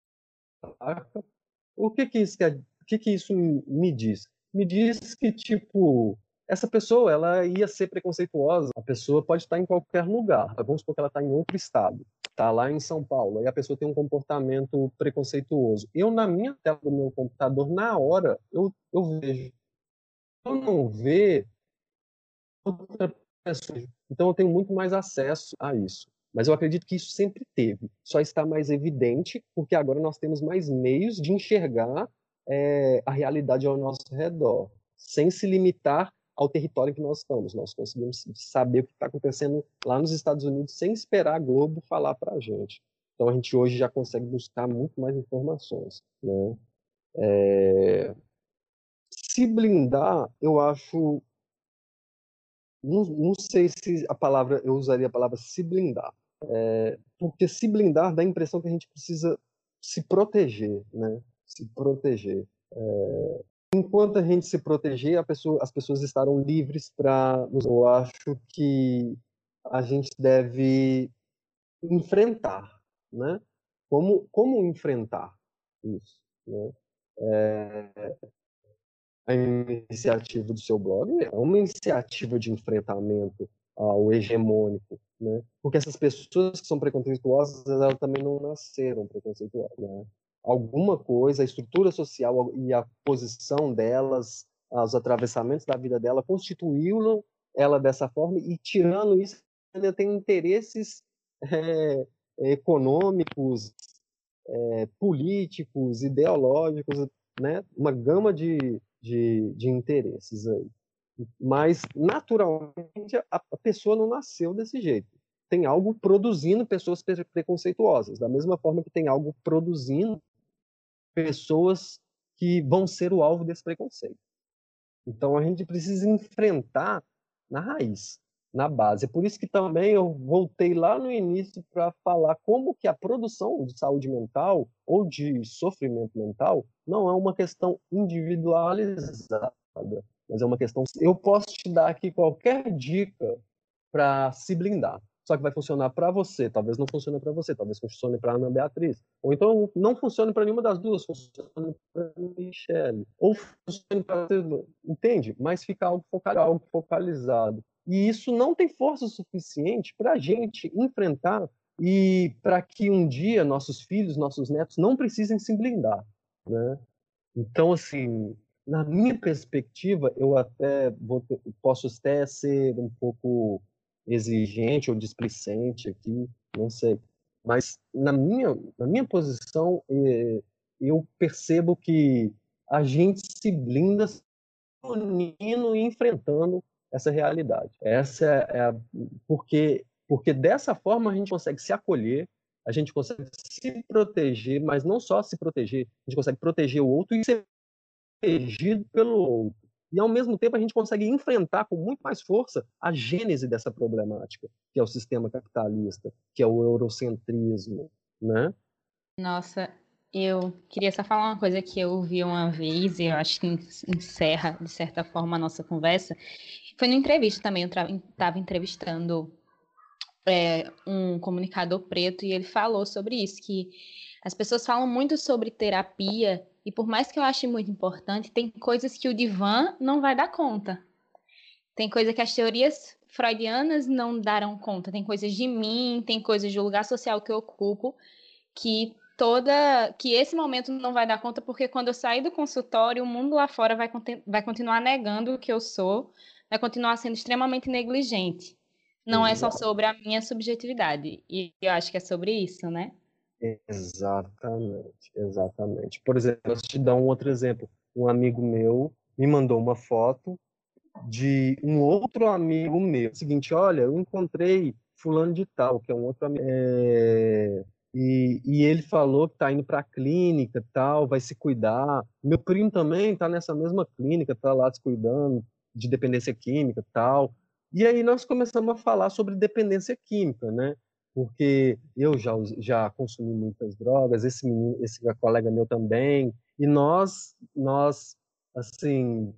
O que que isso quer, o que que isso me diz? Me diz que, tipo, essa pessoa, ela ia ser preconceituosa. A pessoa pode estar em qualquer lugar. Vamos supor que ela está em outro estado. Está lá em São Paulo. E a pessoa tem um comportamento preconceituoso. Eu, na minha tela do meu computador, na hora, eu, eu vejo. Eu não ver outra pessoa. Então, eu tenho muito mais acesso a isso. Mas eu acredito que isso sempre teve. Só está mais evidente porque agora nós temos mais meios de enxergar é, a realidade ao nosso redor, sem se limitar ao território em que nós estamos. Nós conseguimos saber o que está acontecendo lá nos Estados Unidos sem esperar a Globo falar para a gente. Então a gente hoje já consegue buscar muito mais informações, né? É... Se blindar, eu acho... Não, não sei se a palavra, eu usaria a palavra se blindar. É, porque se blindar dá a impressão que a gente precisa se proteger, né? Se proteger. É, enquanto a gente se proteger, a pessoa, as pessoas estarão livres para... Eu acho que a gente deve enfrentar, né? Como, como enfrentar isso, né? É, a iniciativa do seu blog é uma iniciativa de enfrentamento ao hegemônico, né? Porque essas pessoas que são preconceituosas, elas também não nasceram preconceituosas, né? Alguma coisa, a estrutura social e a posição delas, os atravessamentos da vida dela constituíram ela dessa forma, e tirando isso, ela tem interesses é, econômicos, é, políticos, ideológicos, né? Uma gama de, de, de interesses aí. Mas, naturalmente, a, a pessoa não nasceu desse jeito. Tem algo produzindo pessoas preconceituosas, da mesma forma que tem algo produzindo pessoas que vão ser o alvo desse preconceito. Então, a gente precisa enfrentar na raiz, na base. É por isso que também eu voltei lá no início para falar como que a produção de saúde mental ou de sofrimento mental não é uma questão individualizada, mas é uma questão... Eu posso te dar aqui qualquer dica para se blindar. Só que vai funcionar para você, talvez não funcione para você, talvez funcione para Ana Beatriz. Ou então não funcione para nenhuma das duas, funcione para Michelle. Ou funcione para... Entende? Mas fica algo focalizado, algo focalizado. E isso não tem força suficiente para a gente enfrentar e para que um dia nossos filhos, nossos netos não precisem se blindar, né? Então, assim, na minha perspectiva, eu até vou ter, posso até ser um pouco exigente ou displicente aqui, não sei. Mas na minha, na minha posição, eh, eu percebo que a gente se blinda unindo e enfrentando essa realidade. Essa é a, porque, porque dessa forma a gente consegue se acolher, a gente consegue se proteger, mas não só se proteger, a gente consegue proteger o outro e ser protegido pelo outro. E, ao mesmo tempo, a gente consegue enfrentar com muito mais força a gênese dessa problemática, que é o sistema capitalista, que é o eurocentrismo, né? Nossa, eu queria só falar uma coisa que eu ouvi uma vez, e eu acho que encerra, de certa forma, a nossa conversa. Foi numa entrevista também, eu estava entrevistando é, um comunicador preto, e ele falou sobre isso, que as pessoas falam muito sobre terapia, e por mais que eu ache muito importante, tem coisas que o divã não vai dar conta. Tem coisa que as teorias freudianas não darão conta. Tem coisas de mim, tem coisas do lugar social que eu ocupo, que toda que esse momento não vai dar conta, porque quando eu sair do consultório, o mundo lá fora vai, vai continuar negando o que eu sou, vai continuar sendo extremamente negligente. Não é só sobre a minha subjetividade. E eu acho que é sobre isso, né? Exatamente, exatamente. Por exemplo, eu te dar um outro exemplo. Um amigo meu me mandou uma foto de um outro amigo meu. O seguinte, olha, eu encontrei fulano de tal, que é um outro amigo. É... E, e ele falou que está indo para a clínica, tal, vai se cuidar. Meu primo também está nessa mesma clínica, está lá se cuidando de dependência química, tal. E aí nós começamos a falar sobre dependência química, né? Porque eu já, já consumi muitas drogas, esse menino, esse colega meu também, e nós, nós assim,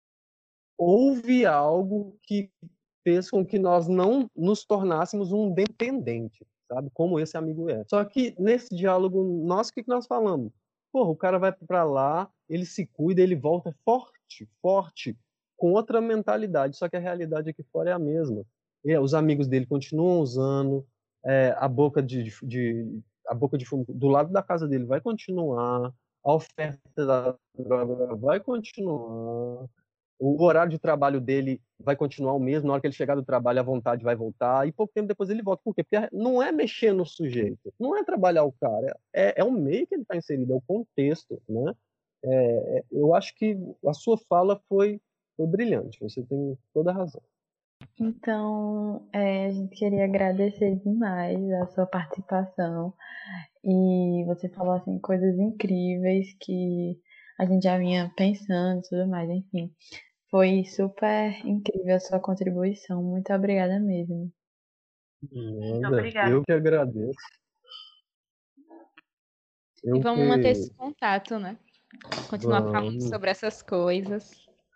houve algo que fez com que nós não nos tornássemos um dependente, sabe? Como esse amigo é. Só que nesse diálogo, nós, o que nós falamos? Porra, o cara vai para lá, ele se cuida, ele volta forte, forte, com outra mentalidade, só que a realidade aqui fora é a mesma. E os amigos dele continuam usando, é, a boca de, de a boca de fumo do lado da casa dele vai continuar, a oferta da droga vai continuar, o horário de trabalho dele vai continuar o mesmo, na hora que ele chegar do trabalho, a vontade vai voltar, e pouco tempo depois ele volta. Por quê? Porque não é mexer no sujeito, não é trabalhar o cara, é, é o meio que ele está inserido, é o contexto, né? É, eu acho que a sua fala foi, foi brilhante, você tem toda a razão. Então, é, a gente queria agradecer demais a sua participação, e você falou assim coisas incríveis que a gente já vinha pensando e tudo mais, enfim. Foi super incrível a sua contribuição. Muito obrigada mesmo. Muito obrigada. Eu que agradeço. Eu E vamos manter esse que... contato, né? Continuar falando Vamos, sobre essas coisas.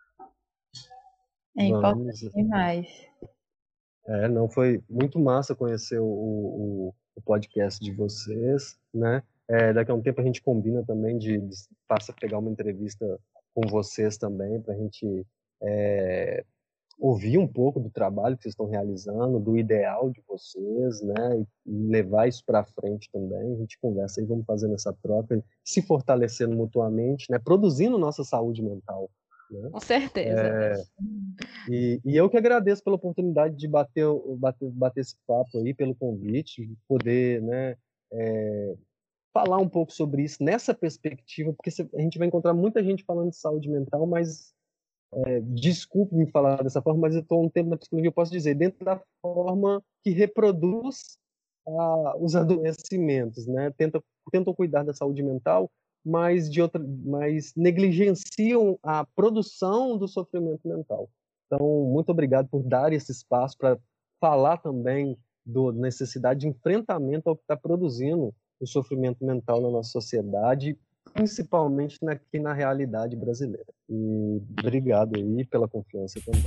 É vamos. importante demais. É, não, foi muito massa conhecer o, o, o podcast de vocês, né? É, daqui a um tempo a gente combina também de, de passa a pegar uma entrevista com vocês também, para a gente é, ouvir um pouco do trabalho que vocês estão realizando, do ideal de vocês, né? E levar isso para frente também. A gente conversa aí, vamos fazendo essa troca, se fortalecendo mutuamente, né? Produzindo nossa saúde mental, né? Com certeza. É, e, e eu que agradeço pela oportunidade de bater, o- bater, bater esse papo aí, pelo convite, de poder, né, é, falar um pouco sobre isso nessa perspectiva, porque cê- a gente vai encontrar muita gente falando de saúde mental, mas é, desculpe me falar dessa forma, mas eu estou um tempo na psicologia, eu posso dizer, dentro da forma que reproduz ah, os adoecimentos, né? Tenta, tentam cuidar da saúde mental, mas de outra, mas negligenciam a produção do sofrimento mental. Então, muito obrigado por dar esse espaço para falar também da necessidade de enfrentamento ao que está produzindo o sofrimento mental na nossa sociedade, principalmente aqui na realidade brasileira. E obrigado aí pela confiança também.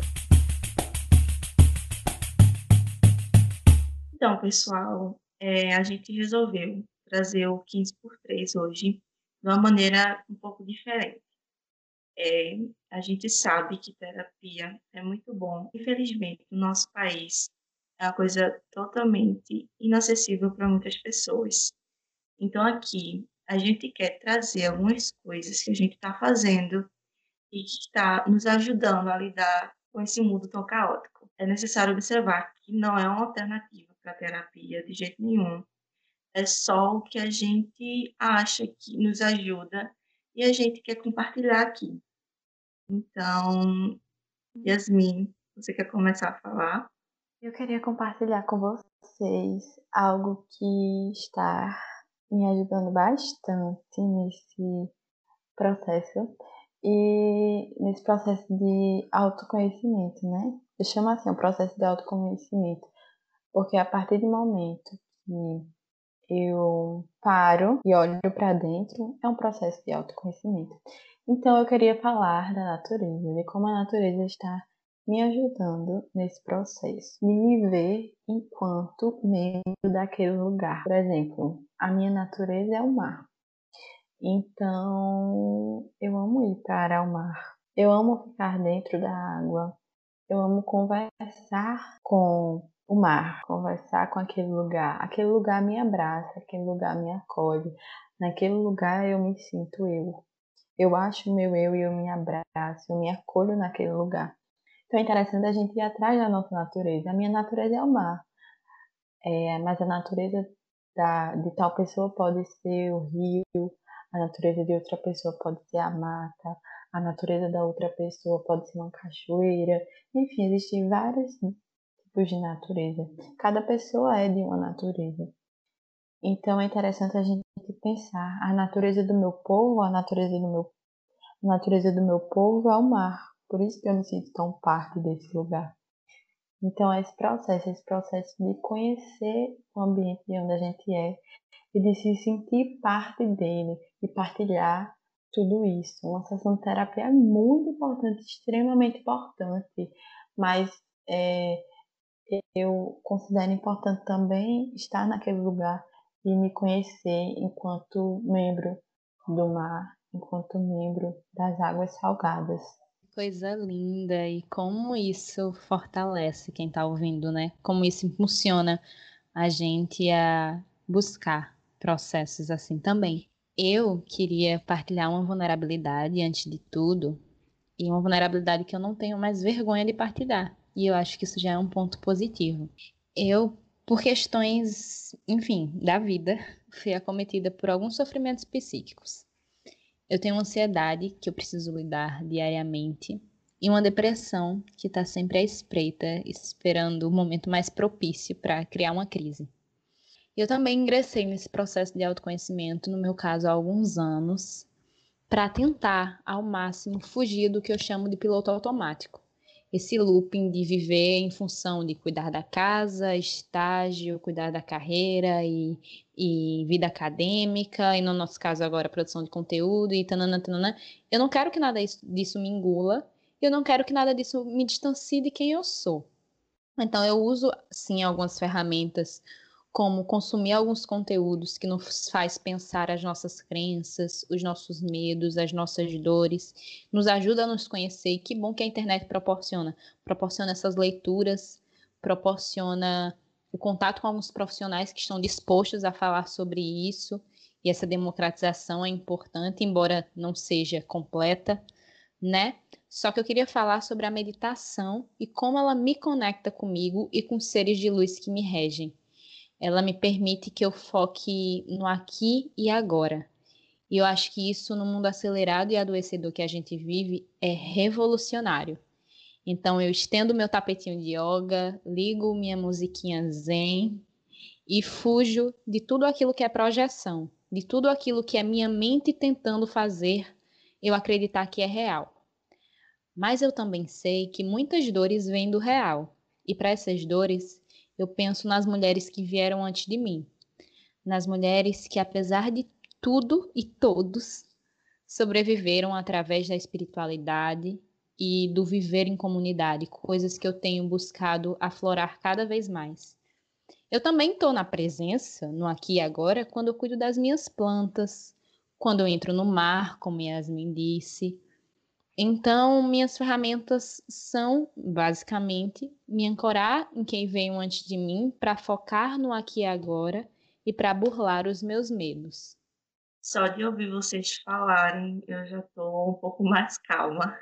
Então, pessoal, é, a gente resolveu trazer o quinze por três hoje de uma maneira um pouco diferente. É, a gente sabe que terapia é muito bom. Infelizmente, no nosso país é uma coisa totalmente inacessível para muitas pessoas. Então, aqui, a gente quer trazer algumas coisas que a gente está fazendo e que está nos ajudando a lidar com esse mundo tão caótico. É necessário observar que não é uma alternativa para a terapia de jeito nenhum. É só o que a gente acha que nos ajuda e a gente quer compartilhar aqui. Então, Yasmin, você quer começar a falar? Eu queria compartilhar com vocês algo que está me ajudando bastante nesse processo e nesse processo de autoconhecimento, né? Eu chamo assim o processo de autoconhecimento, porque a partir do momento que eu paro e olho para dentro, é um processo de autoconhecimento. Então eu queria falar da natureza, de como a natureza está me ajudando nesse processo, de me ver enquanto membro daquele lugar. Por exemplo, a minha natureza é o mar. Então, eu amo ir para o mar. Eu amo ficar dentro da água. Eu amo conversar com o mar, conversar com aquele lugar. Aquele lugar me abraça, aquele lugar me acolhe. Naquele lugar eu me sinto eu. Eu acho o meu eu e eu me abraço, eu me acolho naquele lugar. Então é interessante a gente ir atrás da nossa natureza. A minha natureza é o mar, é, mas a natureza da, de tal pessoa pode ser o rio, a natureza de outra pessoa pode ser a mata, a natureza da outra pessoa pode ser uma cachoeira. Enfim, existem vários tipos de natureza. Cada pessoa é de uma natureza. Então é interessante a gente pensar a natureza do meu povo, a natureza do meu, a natureza do meu povo é o mar. Por isso que eu me sinto tão parte desse lugar. Então é esse processo, esse processo de conhecer o ambiente de onde a gente é e de se sentir parte dele e partilhar tudo isso. Uma sessão de terapia é muito importante, extremamente importante, mas é, eu considero importante também estar naquele lugar e me conhecer enquanto membro do mar, enquanto membro das águas salgadas. Coisa linda, e como isso fortalece quem está ouvindo, né? Como isso impulsiona a gente a buscar processos assim também. Eu queria partilhar uma vulnerabilidade antes de tudo, e uma vulnerabilidade que eu não tenho mais vergonha de partilhar. E eu acho que isso já é um ponto positivo. Eu, por questões, enfim, da vida, fui acometida por alguns sofrimentos psíquicos. Eu tenho ansiedade que eu preciso lidar diariamente e uma depressão que está sempre à espreita, esperando o momento mais propício para criar uma crise. Eu também ingressei nesse processo de autoconhecimento, no meu caso há alguns anos, para tentar ao máximo fugir do que eu chamo de piloto automático. esse looping de viver em função de cuidar da casa, estágio, cuidar da carreira e, e vida acadêmica, e no nosso caso agora produção de conteúdo e tanana, tanana. Eu não quero que nada disso me engula, eu não quero que nada disso me distancie de quem eu sou. Então eu uso, sim, algumas ferramentas, como consumir alguns conteúdos que nos faz pensar as nossas crenças, os nossos medos, as nossas dores, nos ajuda a nos conhecer, e que bom que a internet proporciona. Proporciona essas leituras, proporciona o contato com alguns profissionais que estão dispostos a falar sobre isso, e essa democratização é importante, embora não seja completa, né? Só que eu queria falar sobre a meditação e como ela me conecta comigo e com os seres de luz que me regem. Ela me permite que eu foque no aqui e agora. E eu acho que isso, no mundo acelerado e adoecedor que a gente vive, é revolucionário. Então, eu estendo meu tapetinho de yoga, ligo minha musiquinha zen e fujo de tudo aquilo que é projeção, de tudo aquilo que é minha mente tentando fazer eu acreditar que é real. Mas eu também sei que muitas dores vêm do real. E para essas dores, eu penso nas mulheres que vieram antes de mim. Nas mulheres que, apesar de tudo e todos, sobreviveram através da espiritualidade e do viver em comunidade, coisas que eu tenho buscado aflorar cada vez mais. Eu também estou na presença, no aqui e agora, quando eu cuido das minhas plantas, quando eu entro no mar, como Yasmin disse. Então, minhas ferramentas são, basicamente, me ancorar em quem veio antes de mim para focar no aqui e agora e para burlar os meus medos. Só de ouvir vocês falarem, eu já estou um pouco mais calma.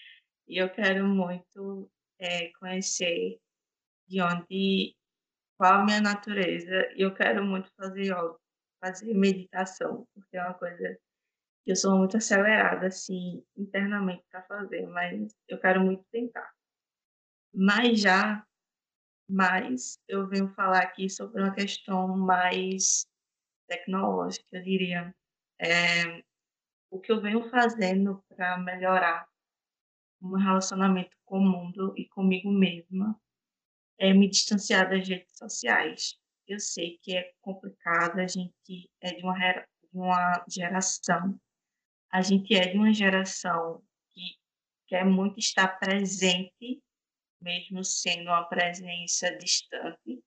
E eu quero muito é, conhecer de onde, qual a minha natureza. E eu quero muito fazer yoga, fazer meditação, porque é uma coisa eu sou muito acelerada, assim, internamente para fazer, mas eu quero muito tentar. Mas já, mais eu venho falar aqui sobre uma questão mais tecnológica, eu diria. É, o que eu venho fazendo para melhorar o meu relacionamento com o mundo e comigo mesma é me distanciar das redes sociais. Eu sei que é complicado, a gente é de uma, de uma geração a gente é de uma geração que quer muito estar presente, mesmo sendo uma presença distante.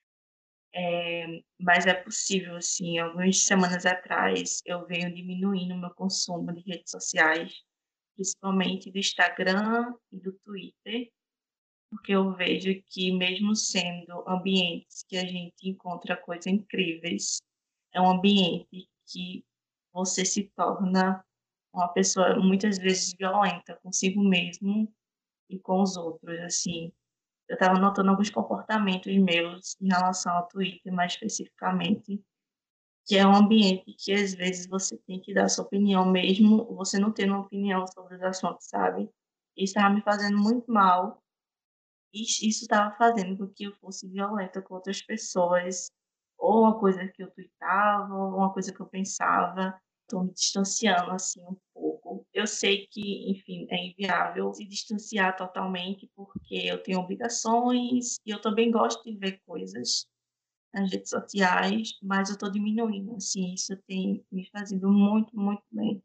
É, mas é possível, assim, algumas semanas atrás eu venho diminuindo o meu consumo de redes sociais, principalmente do Instagram e do Twitter, porque eu vejo que mesmo sendo ambientes que a gente encontra coisas incríveis, é um ambiente que você se torna uma pessoa muitas vezes violenta consigo mesmo e com os outros, assim. Eu estava notando alguns comportamentos meus em relação ao Twitter, mais especificamente, que é um ambiente que às vezes você tem que dar sua opinião, mesmo você não tendo uma opinião sobre os assuntos, sabe? Isso estava me fazendo muito mal, e isso estava fazendo com que eu fosse violenta com outras pessoas, ou uma coisa que eu tweetava, ou uma coisa que eu pensava. Estou me distanciando assim um pouco. Eu sei que, enfim, é inviável se distanciar totalmente, porque eu tenho obrigações e eu também gosto de ver coisas nas redes sociais, mas eu estou diminuindo, assim, isso tem me fazendo muito, muito bem.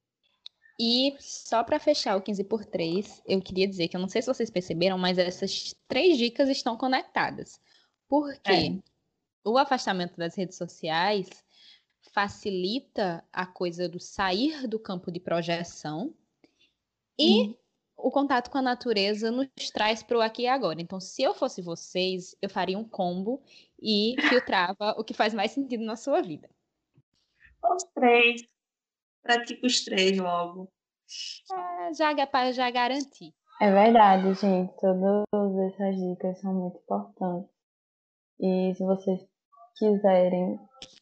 E só para fechar o quinze por três, eu queria dizer que eu não sei se vocês perceberam, mas essas três dicas estão conectadas. Porque é. o afastamento das redes sociais facilita a coisa do sair do campo de projeção e hum. o contato com a natureza nos traz para o aqui e agora. Então, se eu fosse vocês, eu faria um combo e filtrava o que faz mais sentido na sua vida. Os três. Pratica os três logo. É, já, para já garantir. É verdade, gente. Todas essas dicas são muito importantes. E se vocês quiserem,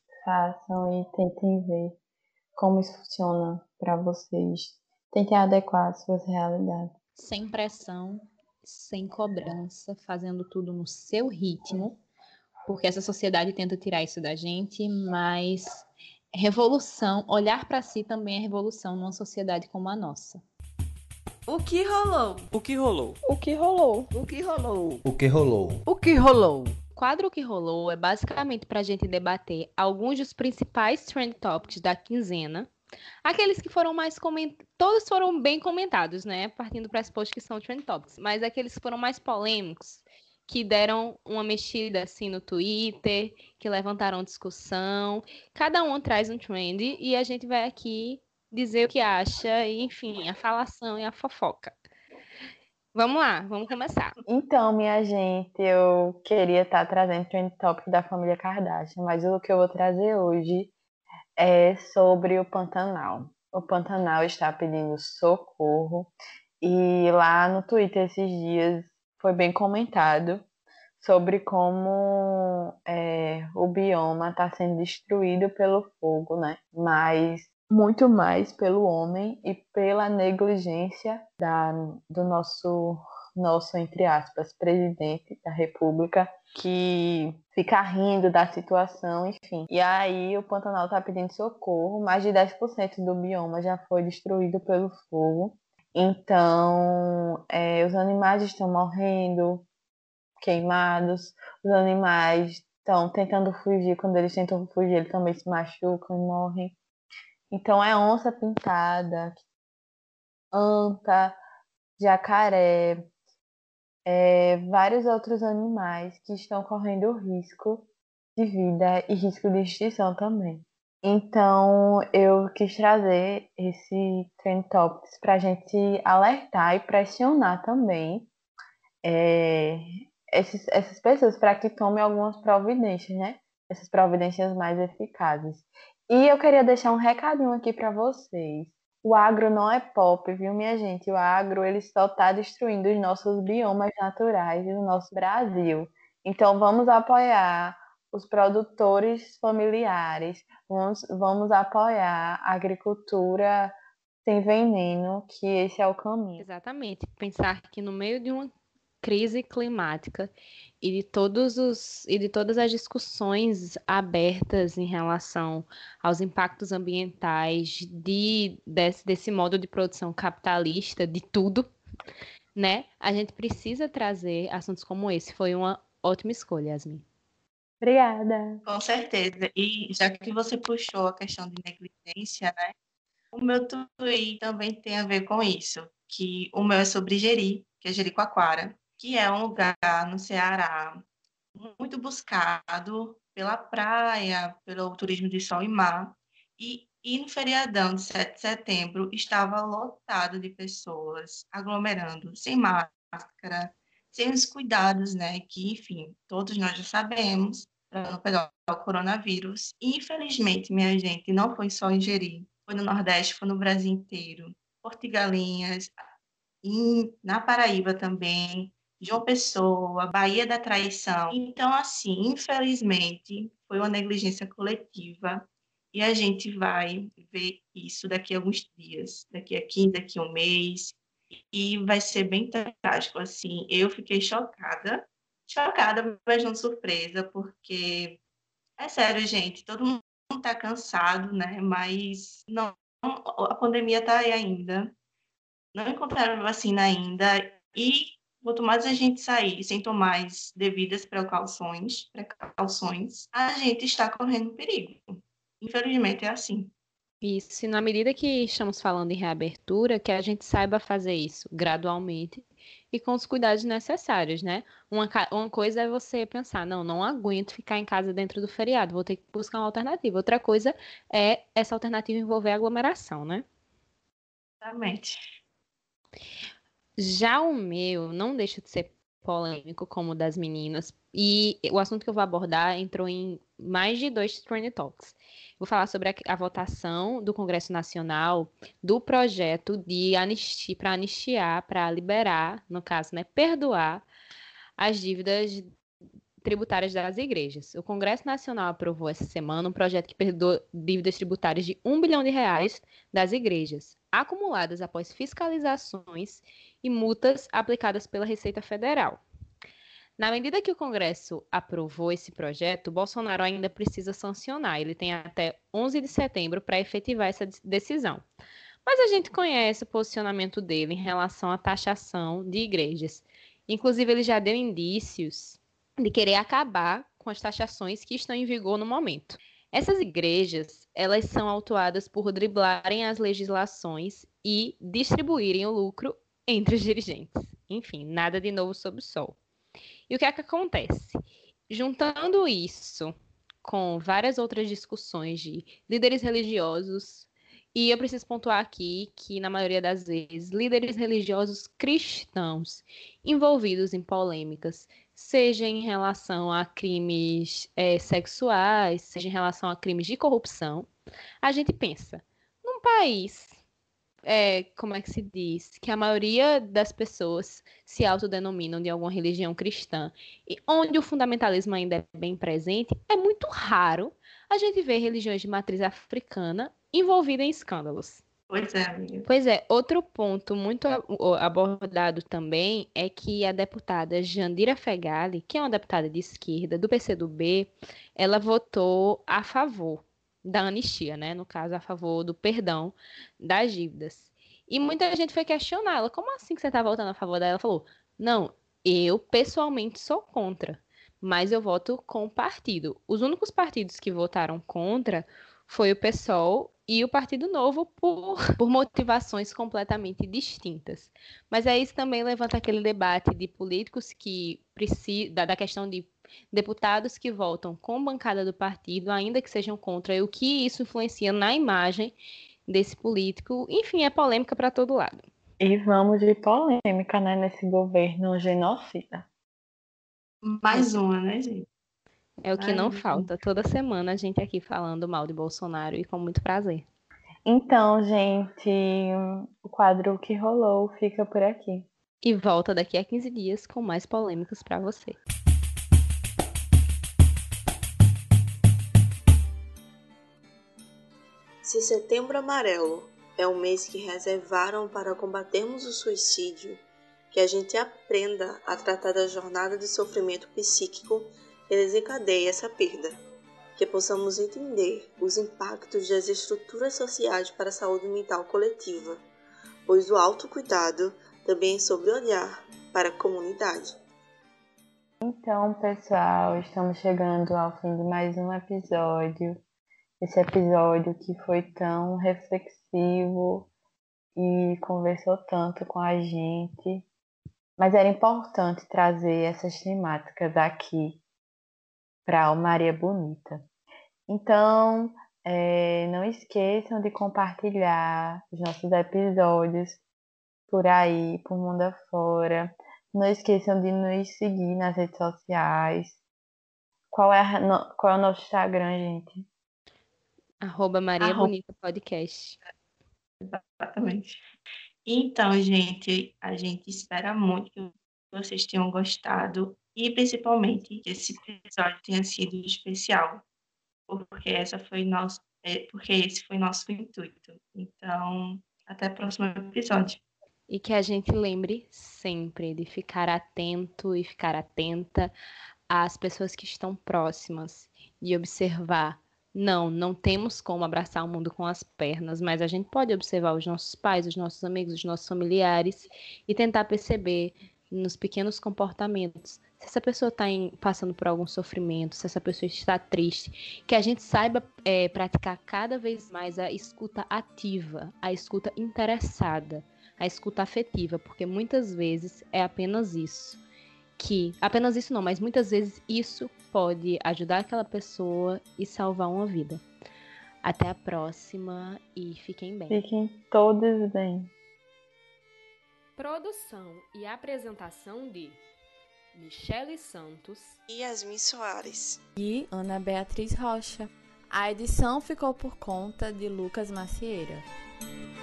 façam e tentem ver como isso funciona para vocês. Tentem adequar as suas realidades. Sem pressão, sem cobrança, fazendo tudo no seu ritmo, porque essa sociedade tenta tirar isso da gente, mas revolução, olhar para si também é revolução numa sociedade como a nossa. O que rolou? O que rolou? O que rolou? O que rolou? O que rolou? O que rolou? O quadro O que rolou é basicamente para a gente debater alguns dos principais trend topics da quinzena. Aqueles que foram mais comentados, todos foram bem comentados, né? Partindo do pressuposto que são trend topics, mas aqueles que foram mais polêmicos, que deram uma mexida assim no Twitter, que levantaram discussão. Cada um traz um trend e a gente vai aqui dizer o que acha, e, enfim, a falação e a fofoca. Vamos lá, vamos começar. Então, minha gente, eu queria estar trazendo trend topic da família Kardashian, mas o que eu vou trazer hoje é sobre o Pantanal. O Pantanal está pedindo socorro e lá no Twitter esses dias foi bem comentado sobre como é, o bioma está sendo destruído pelo fogo, né? Mas muito mais pelo homem e pela negligência da, do nosso, nosso, entre aspas, presidente da República, que fica rindo da situação, enfim. E aí o Pantanal está pedindo socorro, mais de dez por cento do bioma já foi destruído pelo fogo. Então, é, os animais estão morrendo, queimados, os animais estão tentando fugir, quando eles tentam fugir, eles também se machucam e morrem. Então, é onça pintada, anta, jacaré, é, vários outros animais que estão correndo risco de vida e risco de extinção também. Então, eu quis trazer esse Trend Topics para a gente alertar e pressionar também é, esses, essas pessoas para que tomem algumas providências, né? Essas providências mais eficazes. E eu queria deixar um recadinho aqui para vocês. O agro não é pop, viu, minha gente? O agro, ele só está destruindo os nossos biomas naturais do nosso Brasil. Então, vamos apoiar os produtores familiares, vamos, vamos apoiar a agricultura sem veneno, que esse é o caminho. Exatamente. Pensar que no meio de uma crise climática e de todos os e de todas as discussões abertas em relação aos impactos ambientais de desse, desse modo de produção capitalista de tudo, né? A gente precisa trazer assuntos como esse. Foi uma ótima escolha, Yasmin. Obrigada. Com certeza. E já que você puxou a questão de negligência, né? O meu tweet também tem a ver com isso, que o meu é sobre Jeri, que é Jericoacoara, que é um lugar no Ceará muito buscado pela praia, pelo turismo de sol e mar. E, e no feriadão de sete de setembro estava lotado de pessoas aglomerando, sem máscara, sem os cuidados, né? Que, enfim, todos nós já sabemos, para não pegar o coronavírus. E, infelizmente, minha gente, não foi só em Jeri, foi no Nordeste, foi no Brasil inteiro. Porto de Galinhas, em, na Paraíba também, João Pessoa, Baía da Traição. Então, assim, infelizmente, foi uma negligência coletiva e a gente vai ver isso daqui a alguns dias, daqui a quinze, daqui a um mês, e vai ser bem trágico, assim. Eu fiquei chocada, chocada, mas não surpresa, porque, é sério, gente, todo mundo está cansado, né? Mas não, a pandemia está aí ainda, não encontraram vacina ainda, e quanto mais a gente sair sem tomar as devidas precauções, precauções, a gente está correndo perigo. Infelizmente é assim. Isso, e na medida que estamos falando em reabertura, que a gente saiba fazer isso gradualmente e com os cuidados necessários, né? Uma, uma coisa é você pensar, não, não aguento ficar em casa dentro do feriado, vou ter que buscar uma alternativa. Outra coisa é essa alternativa envolver aglomeração, né? Exatamente. Já o meu não deixa de ser polêmico como o das meninas, e o assunto que eu vou abordar entrou em mais de dois Trend Talks. Vou falar sobre a, a votação do Congresso Nacional do projeto de anistia, para anistiar, para liberar, no caso, né, perdoar as dívidas tributárias das igrejas. O Congresso Nacional aprovou essa semana um projeto que perdoa dívidas tributárias de um bilhão de reais das igrejas, acumuladas após fiscalizações e multas aplicadas pela Receita Federal. Na medida que o Congresso aprovou esse projeto, Bolsonaro ainda precisa sancionar. Ele tem até onze de setembro para efetivar essa decisão. Mas a gente conhece o posicionamento dele em relação à taxação de igrejas. Inclusive, ele já deu indícios de querer acabar com as taxações que estão em vigor no momento. Essas igrejas, elas são autuadas por driblarem as legislações e distribuírem o lucro entre os dirigentes. Enfim, nada de novo sob o sol. E o que é que acontece? Juntando isso com várias outras discussões de líderes religiosos, e eu preciso pontuar aqui que, na maioria das vezes, líderes religiosos cristãos envolvidos em polêmicas, seja em relação a crimes é, sexuais, seja em relação a crimes de corrupção, a gente pensa, num país, é, como é que se diz, que a maioria das pessoas se autodenominam de alguma religião cristã, e onde o fundamentalismo ainda é bem presente, é muito raro a gente ver religiões de matriz africana envolvida em escândalos. Pois é, amiga. Pois é, outro ponto muito abordado também é que a deputada Jandira Fegali, que é uma deputada de esquerda do P C do B, ela votou a favor da anistia, né? No caso, a favor do perdão das dívidas. E muita gente foi questionar ela, como assim que você está votando a favor dela? Ela falou, não, eu pessoalmente sou contra, mas eu voto com o partido. Os únicos partidos que votaram contra foi o PSOL e o Partido Novo por, por motivações completamente distintas. Mas aí isso também levanta aquele debate de políticos que precisam, da, da questão de deputados que votam com bancada do partido, ainda que sejam contra, e o que isso influencia na imagem desse político. Enfim, é polêmica para todo lado. E vamos de polêmica, né, nesse governo genocida. Mais uma, né, gente? É o que Ai, não gente. falta. Toda semana a gente aqui falando mal de Bolsonaro e com muito prazer. Então, gente, o quadro que rolou fica por aqui. E volta daqui a quinze dias com mais polêmicas para você. Se Setembro Amarelo é um mês que reservaram para combatermos o suicídio, que a gente aprenda a tratar da jornada de sofrimento psíquico que desencadeia essa perda, que possamos entender os impactos das estruturas sociais para a saúde mental coletiva, pois o autocuidado também é sobre olhar para a comunidade. Então, pessoal, estamos chegando ao fim de mais um episódio. Esse episódio que foi tão reflexivo e conversou tanto com a gente. Mas era importante trazer essas temáticas aqui para a Maria Bonita. Então, é, não esqueçam de compartilhar os nossos episódios por aí, por mundo afora. Não esqueçam de nos seguir nas redes sociais. Qual é, a, no, qual é o nosso Instagram, gente? Arroba Maria Arroba. Bonita Podcast. Exatamente. Então, gente, a gente espera muito que vocês tenham gostado e principalmente que esse episódio tenha sido especial, porque essa foi nosso, é, porque esse foi nosso intuito. Então, até o próximo episódio. E que a gente lembre sempre de ficar atento e ficar atenta às pessoas que estão próximas, de observar. Não, não temos como abraçar o mundo com as pernas, mas a gente pode observar os nossos pais, os nossos amigos, os nossos familiares e tentar perceber nos pequenos comportamentos se essa pessoa está passando por algum sofrimento, se essa pessoa está triste, que a gente saiba é, praticar cada vez mais a escuta ativa, a escuta interessada, a escuta afetiva, porque muitas vezes é apenas isso. Que, apenas isso não, mas muitas vezes isso pode ajudar aquela pessoa e salvar uma vida. Até a próxima e fiquem bem. Fiquem todos bem. Produção e apresentação de Michele Santos E Yasmin Soares. E Ana Beatriz Rocha. A edição ficou por conta de Lucas Macieira.